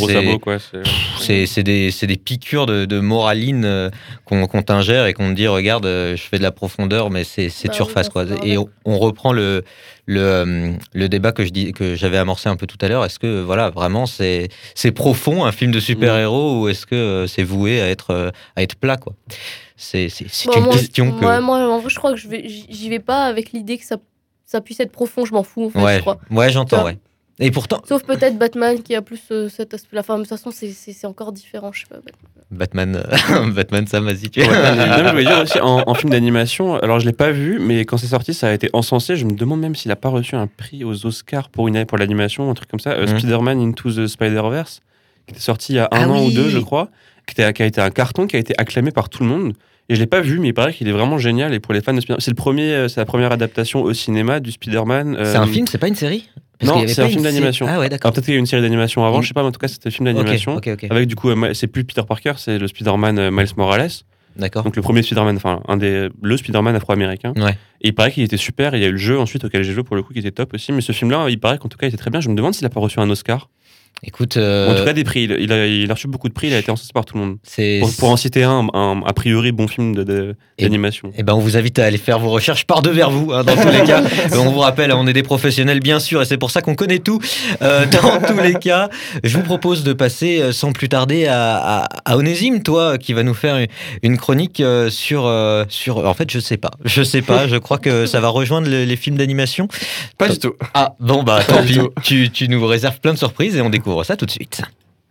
c'est des piqûres de moraline qu'on t'ingère et qu'on te dit regarde, je fais de la profondeur, mais c'est de surface, quoi. Et on reprend le débat que j'avais amorcé un peu tout à l'heure. Est-ce que voilà, vraiment c'est profond un film de super-héros, ou est-ce que c'est voué à être plat, quoi? C'est une question que moi en vrai je crois que j'y vais pas avec l'idée que ça puisse être profond. Je m'en fous, en fait, je crois. Ouais, j'entends. Ouais. Et pourtant... Sauf peut-être Batman qui a plus cet aspect-là. Enfin, de toute façon, c'est encore différent, je sais pas. Batman, ça m'a situé. Je voulais dire aussi, en film d'animation, alors je l'ai pas vu, mais quand c'est sorti, ça a été encensé. Je me demande même s'il a pas reçu un prix aux Oscars pour l'animation, un truc comme ça. Spider-Man Into the Spider-Verse, qui était sorti il y a un an ou deux, je crois, qui a été un carton, qui a été acclamé par tout le monde. Et je l'ai pas vu, mais il paraît qu'il est vraiment génial. Et pour les fans de Spider-Man, c'est la première adaptation au cinéma du Spider-Man. C'est un film, c'est pas une série? Non, c'est un film d'animation. Ah ouais, d'accord. Alors peut-être qu'il y a eu une série d'animation avant, je sais pas, mais en tout cas c'était un film d'animation. Okay. Avec du coup, c'est plus Peter Parker, c'est le Spider-Man Miles Morales. D'accord. Donc le premier Spider-Man, enfin le Spider-Man afro-américain. Ouais. Et il paraît qu'il était super. Il y a eu le jeu ensuite auquel j'ai joué pour le coup qui était top aussi. Mais ce film-là, il paraît qu'en tout cas il était très bien. Je me demande s'il a pas reçu un Oscar. Écoute, en tout cas des prix. Il a reçu beaucoup de prix. Il a été encensé par tout le monde. Pour en citer un a priori bon film d'animation. Et ben on vous invite à aller faire vos recherches par vers vous, hein, dans tous les cas. On vous rappelle, on est des professionnels bien sûr, et c'est pour ça qu'on connaît tout. Dans tous les cas, je vous propose de passer sans plus tarder à Onésime, toi, qui va nous faire une chronique sur. En fait, je sais pas. Je crois que ça va rejoindre les films d'animation. Pas du tout. Ah bon bah tant pis. Tu nous réserves plein de surprises et on découvre ça tout de suite.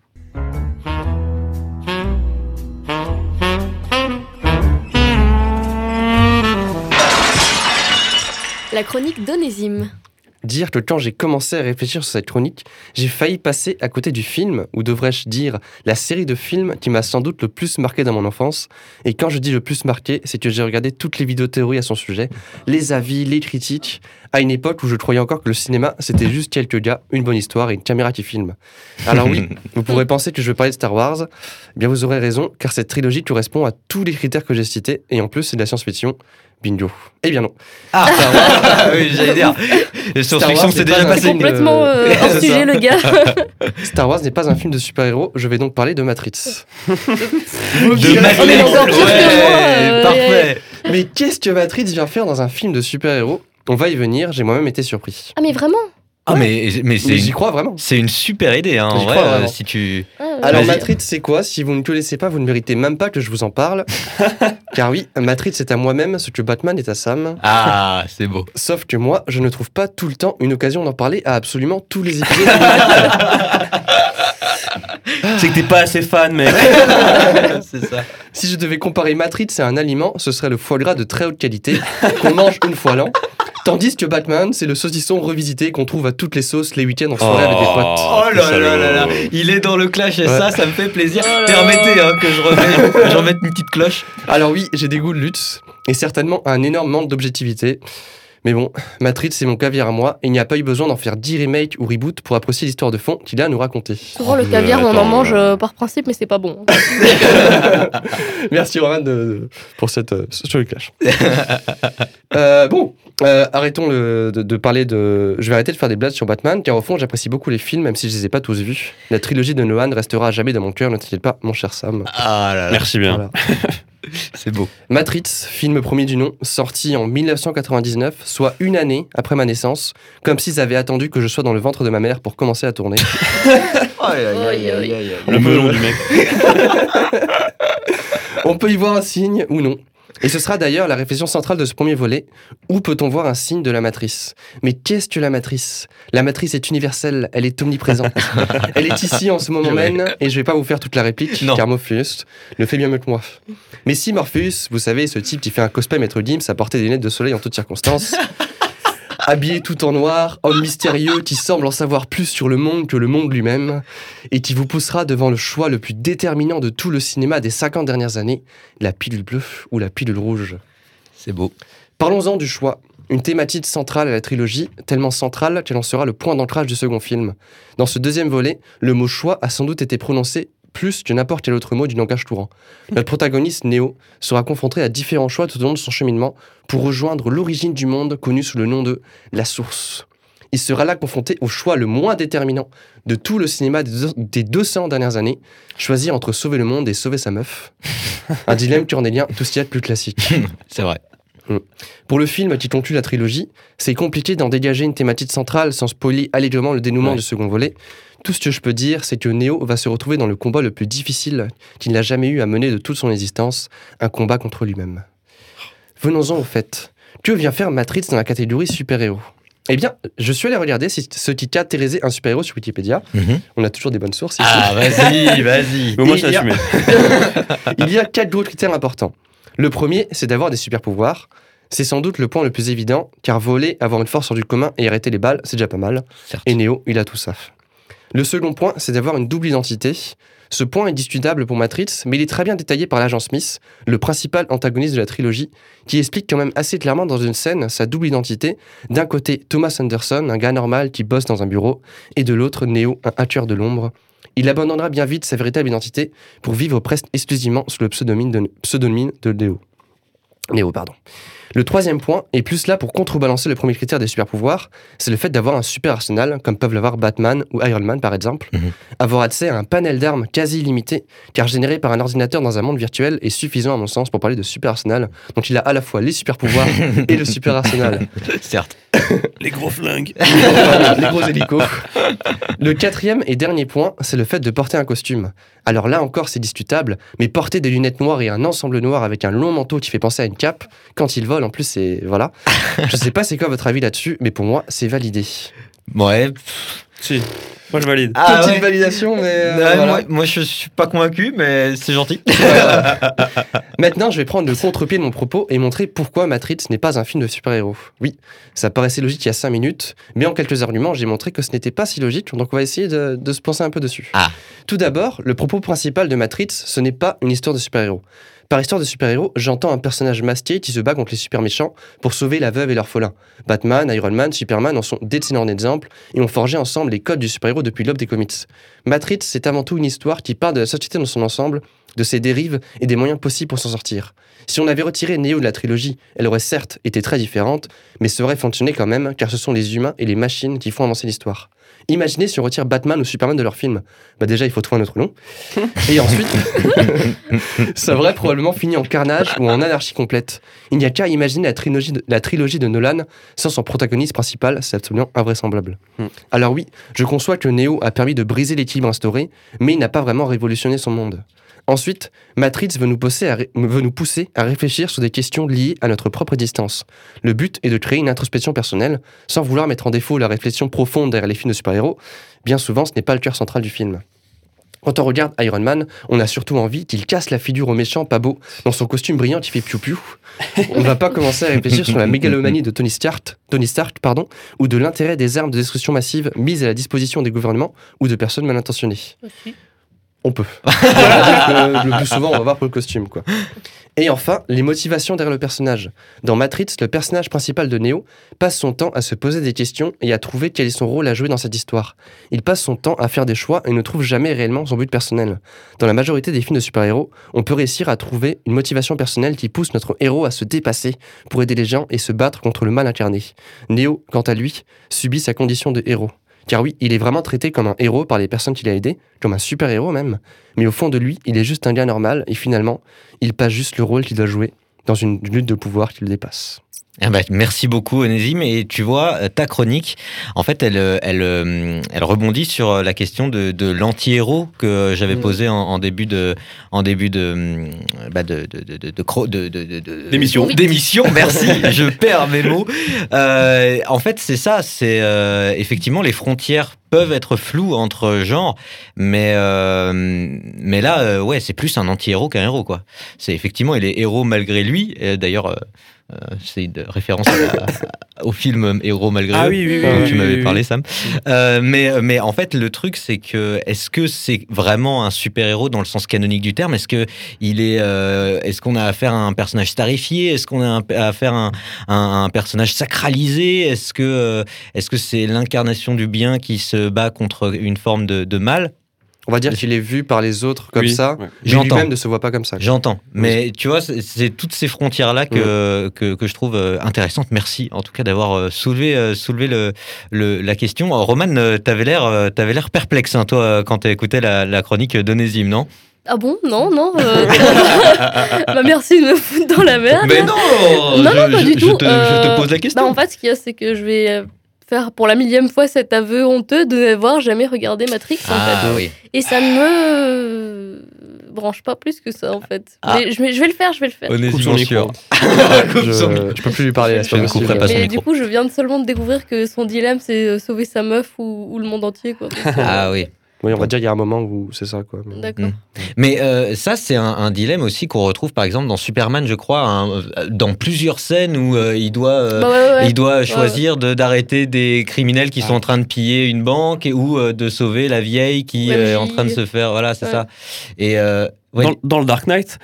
La chronique d'Onésime. Dire que quand j'ai commencé à réfléchir sur cette chronique, j'ai failli passer à côté du film, ou devrais-je dire la série de films qui m'a sans doute le plus marqué dans mon enfance. Et quand je dis le plus marqué, c'est que j'ai regardé toutes les vidéos théories à son sujet, les avis, les critiques, à une époque où je croyais encore que le cinéma, c'était juste quelques gars, une bonne histoire et une caméra qui filme. Alors oui, vous pourrez penser que je vais parler de Star Wars. Eh bien vous aurez raison, car cette trilogie correspond à tous les critères que j'ai cités, et en plus c'est de la science-fiction. Bingo. Eh bien non. Ah, Star Wars. Oui, j'allais dire. Les science-fiction, c'est déjà passé. Complètement hors sujet, le gars. Star Wars n'est pas un film de super-héros. Je vais donc parler de Matrix. De Matrix. Parfait. Mais qu'est-ce que Matrix vient faire dans un film de super-héros? On va y venir. J'ai moi-même été surpris. Ah mais vraiment? Ah mais j'y crois vraiment. C'est une super idée, hein, en vrai. Si tu. Alors Matrix, c'est quoi? Si vous ne connaissez pas, vous ne méritez même pas que je vous en parle. Car oui, Matrix est à moi-même ce que Batman est à Sam. Ah, c'est beau. Sauf que moi, je ne trouve pas tout le temps une occasion d'en parler à absolument tous les épisodes. C'est que t'es pas assez fan, mec. C'est ça. Si je devais comparer Matrix à un aliment, ce serait le foie gras de très haute qualité qu'on mange une fois l'an. Tandis que Batman, c'est le saucisson revisité qu'on trouve à toutes les sauces les week-ends en soirée avec des potes. Oh là là là là. Il est dans le clash et ça me fait plaisir. Permettez que je remette une petite cloche. Alors oui, j'ai des goûts de luxe et certainement un énorme manque d'objectivité. Mais bon, Matrix, c'est mon caviar à moi, et il n'y a pas eu besoin d'en faire 10 remakes ou reboots pour apprécier l'histoire de fond qu'il a à nous raconter. Souvent, le caviar, on en mange par principe, mais c'est pas bon. Merci Roman pour ce clash. Arrêtons de parler de... Je vais arrêter de faire des blagues sur Batman, car au fond, j'apprécie beaucoup les films, même si je les ai pas tous vus. La trilogie de Nolan restera à jamais dans mon cœur, ne t'inquiète pas, mon cher Sam. Ah là là. Merci bien. Voilà. C'est beau. Matrix, film premier du nom, sorti en 1999, soit une année après ma naissance, comme s'ils avaient attendu que je sois dans le ventre de ma mère pour commencer à tourner. Le melon du mec. On peut y voir un signe ou non. Et ce sera d'ailleurs la réflexion centrale de ce premier volet. Où peut-on voir un signe de la matrice ? Mais qu'est-ce que la matrice ? La matrice est universelle, elle est omniprésente. Elle est ici en ce moment même, et je vais pas vous faire toute la réplique, car Morpheus le fait bien mieux que moi. Mais si Morpheus, vous savez, ce type qui fait un cosplay Maître Gims à porter des lunettes de soleil en toutes circonstances, habillé tout en noir, homme mystérieux qui semble en savoir plus sur le monde que le monde lui-même, et qui vous poussera devant le choix le plus déterminant de tout le cinéma des 50 dernières années, la pilule bleue ou la pilule rouge. C'est beau. Parlons-en du choix. Une thématique centrale à la trilogie, tellement centrale qu'elle en sera le point d'ancrage du second film. Dans ce deuxième volet, le mot choix a sans doute été prononcé plus que n'importe quel autre mot du langage courant. Notre protagoniste, Neo, sera confronté à différents choix tout au long de son cheminement pour rejoindre l'origine du monde connue sous le nom de la Source. Il sera là confronté au choix le moins déterminant de tout le cinéma des 200 dernières années, choisir entre sauver le monde et sauver sa meuf. Un dilemme cornélien, tout ce qu'il y a de plus classique. C'est vrai. Pour le film qui conclut la trilogie, c'est compliqué d'en dégager une thématique centrale sans spoiler allègrement le dénouement du second volet. Tout ce que je peux dire, c'est que Neo va se retrouver dans le combat le plus difficile qu'il n'a jamais eu à mener de toute son existence, un combat contre lui-même. Venons-en au fait. Que vient faire Matrix dans la catégorie super-héros ? Eh bien, je suis allé regarder ce qui caractérisait un super-héros sur Wikipédia. On a toujours des bonnes sources ici. Ah, vas-y. Moi, je l'assume. Il y a 4 gros critères importants. Le premier, c'est d'avoir des super-pouvoirs. C'est sans doute le point le plus évident, car voler, avoir une force hors du commun et arrêter les balles, c'est déjà pas mal. Certes. Et Neo, il a tout ça. Le second point, c'est d'avoir une double identité. Ce point est discutable pour Matrix, mais il est très bien détaillé par l'agent Smith, le principal antagoniste de la trilogie, qui explique quand même assez clairement dans une scène sa double identité. D'un côté, Thomas Anderson, un gars normal qui bosse dans un bureau, et de l'autre, Neo, un hacker de l'ombre. Il abandonnera bien vite sa véritable identité pour vivre presque exclusivement sous le pseudonyme de Neo. Le troisième point est plus là pour contrebalancer le premier critère des super-pouvoirs, c'est le fait d'avoir un super arsenal, comme peuvent l'avoir Batman ou Iron Man par exemple. Avoir accès à un panel d'armes quasi illimité, car généré par un ordinateur dans un monde virtuel est suffisant à mon sens pour parler de super arsenal. Donc il a à la fois les super-pouvoirs et le super arsenal. Certes. Les gros flingues. Les gros hélicos. Le quatrième et dernier point, c'est le fait de porter un costume. Alors là encore, c'est discutable, mais porter des lunettes noires et un ensemble noir avec un long manteau qui fait penser à une cape, quand il vole, en plus, c'est... Voilà. Je sais pas c'est quoi votre avis là-dessus, mais pour moi, c'est validé. Ouais. Si. Moi, je valide. Petite validation, mais... voilà. moi, je suis pas convaincu, mais c'est gentil. Maintenant, je vais prendre le contre-pied de mon propos et montrer pourquoi Matrix n'est pas un film de super-héros. Oui, ça paraissait logique il y a 5 minutes, mais en quelques arguments, j'ai montré que ce n'était pas si logique, donc on va essayer de se penser un peu dessus. Tout d'abord, le propos principal de Matrix, ce n'est pas une histoire de super-héros. Par histoire de super-héros, j'entends un personnage masqué qui se bat contre les super méchants pour sauver la veuve et l'orphelin. Batman, Iron Man, Superman en sont d'excellents exemples et ont forgé ensemble les codes du super-héros depuis l'aube des comics. Matrix, c'est avant tout une histoire qui parle de la société dans son ensemble, de ses dérives et des moyens possibles pour s'en sortir. Si on avait retiré Neo de la trilogie, elle aurait certes été très différente, mais ça aurait fonctionné quand même, car ce sont les humains et les machines qui font avancer l'histoire. Imaginez si on retire Batman ou Superman de leur film. Déjà, il faut trouver un autre nom. Et ensuite, ça aurait probablement fini en carnage ou en anarchie complète. Il n'y a qu'à imaginer la trilogie de Nolan sans son protagoniste principal, c'est absolument invraisemblable. Alors oui, je conçois que Neo a permis de briser l'équilibre instauré, mais il n'a pas vraiment révolutionné son monde. Ensuite, Matrix veut nous pousser à réfléchir sur des questions liées à notre propre existence. Le but est de créer une introspection personnelle, sans vouloir mettre en défaut la réflexion profonde derrière les films de super-héros. Bien souvent, ce n'est pas le cœur central du film. Quand on regarde Iron Man, on a surtout envie qu'il casse la figure au méchant pas beau, dans son costume brillant qui fait piou-piou. On ne va pas commencer à réfléchir sur la mégalomanie de Tony Stark, ou de l'intérêt des armes de destruction massive mises à la disposition des gouvernements ou de personnes mal intentionnées. Aussi. On peut. Le plus souvent, on va voir pour le costume, quoi. Et enfin, les motivations derrière le personnage. Dans Matrix, le personnage principal de Neo passe son temps à se poser des questions et à trouver quel est son rôle à jouer dans cette histoire. Il passe son temps à faire des choix et ne trouve jamais réellement son but personnel. Dans la majorité des films de super-héros, on peut réussir à trouver une motivation personnelle qui pousse notre héros à se dépasser pour aider les gens et se battre contre le mal incarné. Neo, quant à lui, subit sa condition de héros. Car oui, il est vraiment traité comme un héros par les personnes qu'il a aidées, comme un super-héros même. Mais au fond de lui, il est juste un gars normal, et finalement, il passe juste le rôle qu'il doit jouer dans une lutte de pouvoir qui le dépasse. Merci beaucoup Onésime, et tu vois ta chronique en fait elle rebondit sur la question de l'anti-héros que j'avais posé en début d'émission. Merci, je perds mes mots. En fait c'est ça, c'est effectivement les frontières peuvent être floues entre genres, mais là c'est plus un anti-héros qu'un héros quoi. C'est effectivement il est héros malgré lui, et d'ailleurs c'est une référence au film Héros malgré eux, dont tu m'avais parlé, Sam. Mais en fait, le truc, c'est que est-ce que c'est vraiment un super-héros dans le sens canonique du terme ? Est-ce qu'on a affaire à un personnage starifié ? Est-ce qu'on a affaire à un personnage sacralisé ? Est-ce que c'est l'incarnation du bien qui se bat contre une forme de mal ? On va dire qu'il est vu par les autres comme ça, mais lui-même ne se voit pas comme ça. J'entends, mais tu vois, c'est toutes ces frontières-là que je trouve intéressantes. Merci, en tout cas, d'avoir soulevé la question. Roman, t'avais l'air perplexe, hein, toi, quand t'as écouté la chronique d'Onésime, non ? Ah bon ? Non. Merci de me foutre dans la merde. Mais non, pas du tout. Je te pose la question. En fait, ce qu'il y a, c'est que je vais faire pour la 1000e fois cet aveu honteux de n'avoir jamais regardé Matrix en fait. Oui. Et ça ne me branche pas plus que ça en fait. Mais je vais le faire. Onésime sûr. Je peux plus lui parler. Je ne couperai pas son micro. Du coup, je viens seulement de découvrir que son dilemme c'est sauver sa meuf ou le monde entier quoi. Oui. Oui, on va dire qu'il y a un moment où c'est ça, quoi. D'accord. Mais ça, c'est un dilemme aussi qu'on retrouve, par exemple, dans Superman, je crois, dans plusieurs scènes où il doit choisir d'arrêter des criminels qui sont en train de piller une banque ou de sauver la vieille qui est en train de se faire... Voilà, c'est ça. Et... Dans le Dark Knight,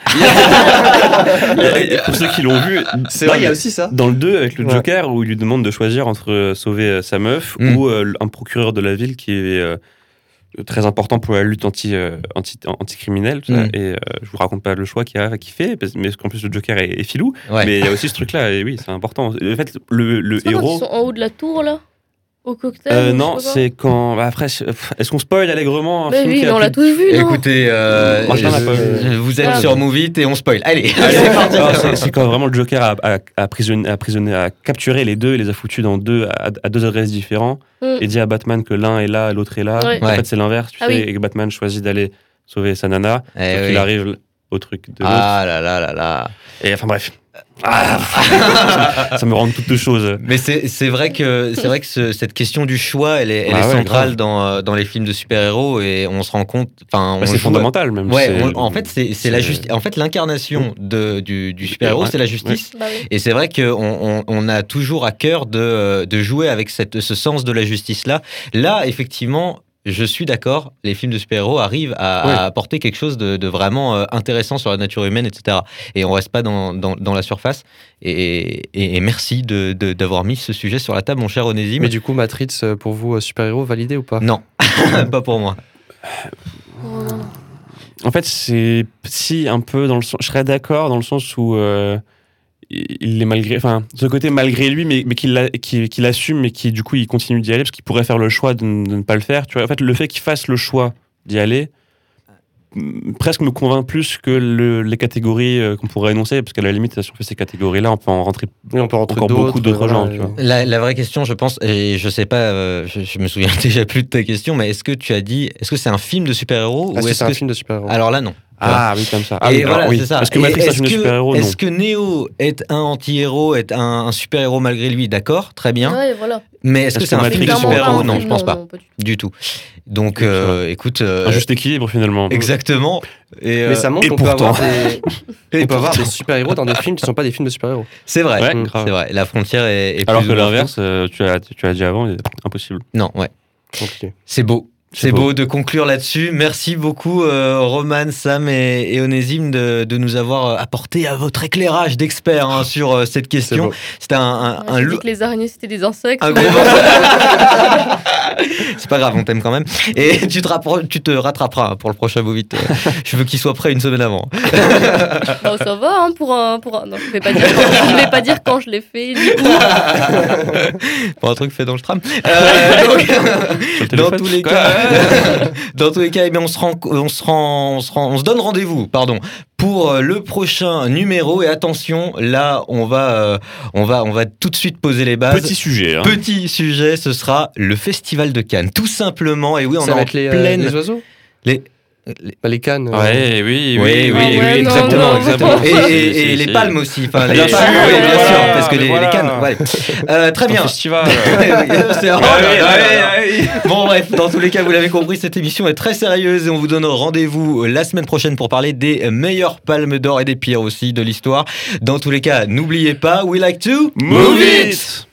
pour ceux qui l'ont vu, c'est vrai, il y a aussi ça. Dans le 2, avec le Joker, où il lui demande de choisir entre sauver sa meuf ou un procureur de la ville qui est... très important pour la lutte anti-criminelle, et je vous raconte pas le choix qu'il fait, mais qu'en plus le Joker est filou, mais il y a aussi ce truc-là, et oui, c'est important. En fait, le héros... Ils sont en haut de la tour, là, au cocktail non, c'est quand... après, est-ce qu'on spoil allègrement un film oui, on l'a tous vu, non ? Écoutez, vous êtes sur Movie et on spoil. Allez, c'est parti. C'est quand vraiment le Joker a capturé les deux, et les a foutus dans à deux adresses différentes, et dit à Batman que l'un est là, l'autre est là. En fait, c'est l'inverse, tu sais, et que Batman choisit d'aller sauver sa nana, il arrive au truc de l'autre. Ah là là là là. Et enfin bref. Ça me rend toutes choses. Mais c'est vrai que cette question du choix, elle est centrale dans les films de super-héros, et on se rend compte. C'est fondamental même. En fait, c'est la justice. En fait, l'incarnation du super-héros, c'est la justice. Et c'est vrai qu'on a toujours à cœur de jouer avec ce sens de la justice là. Là, effectivement. Je suis d'accord, les films de super-héros arrivent à apporter quelque chose de vraiment intéressant sur la nature humaine, etc. Et on reste pas dans la surface. Et merci d'avoir mis ce sujet sur la table, mon cher Onésime. Mais du coup, Matrix, pour vous, super-héros, validé ou pas ? Non, pas pour moi. En fait, c'est un peu dans le sens... Je serais d'accord dans le sens où... il est malgré, ce côté malgré lui, mais qu'il assume, mais qui du coup il continue d'y aller parce qu'il pourrait faire le choix de ne pas le faire. Tu vois, en fait, le fait qu'il fasse le choix d'y aller presque me convainc plus que les catégories qu'on pourrait énoncer, parce qu'à la limite, si on fait ces catégories-là, on peut en rentrer encore beaucoup d'autres genres. Tu vois. La vraie question, je pense, et je sais pas, je me souviens déjà plus de ta question, mais est-ce que tu as dit, est-ce que c'est un film de super-héros ou c'est un film de super-héros ? Alors là, non. Oui, comme ça. C'est ça. Est-ce que Matrix est un super-héros ? Est-ce que Neo est un anti-héros, est un super-héros malgré lui ? D'accord, très bien. Ouais, voilà. Mais est-ce que c'est un film de super-héros ? Non, je pense pas. Non, du tout. Donc, écoute... un juste équilibre, finalement. Exactement. Mais ça montre qu'on peut avoir des super-héros dans des films qui ne sont pas des films de super-héros. C'est vrai, c'est vrai. La frontière est alors que l'inverse, tu as dit avant, est impossible. Non, ouais. Okay. C'est beau. C'est beau de conclure là-dessus. Merci beaucoup, Roman, Sam et Onésime, de nous avoir apporté à votre éclairage d'expert sur cette question. C'était j'ai dit que les araignées, c'était des insectes. C'est pas grave, on t'aime quand même. Et tu te rattraperas pour le prochain Movie. Je veux qu'il soit prêt une semaine avant. Non, ça va, pour un... Non, je ne vais pas dire quand je l'ai fait. Du coup. Pour un truc fait dans le tram. Dans tous les cas... Dans tous les cas, on se donne rendez-vous, pour le prochain numéro. Et attention, là, on va tout de suite poser les bases. Petit sujet. Petit sujet, ce sera le Festival de Cannes, tout simplement. Et oui, on ça va être les oiseaux. Les cannes. Oui, exactement. Et les palmes aussi. Enfin, bien sûr, parce que les cannes. Ouais. Très bien. Festival. Bon, bref, dans tous les cas, vous l'avez compris, cette émission est très sérieuse et on vous donne rendez-vous la semaine prochaine pour parler des meilleures palmes d'or et des pires aussi de l'histoire. Dans tous les cas, n'oubliez pas, we like to move it.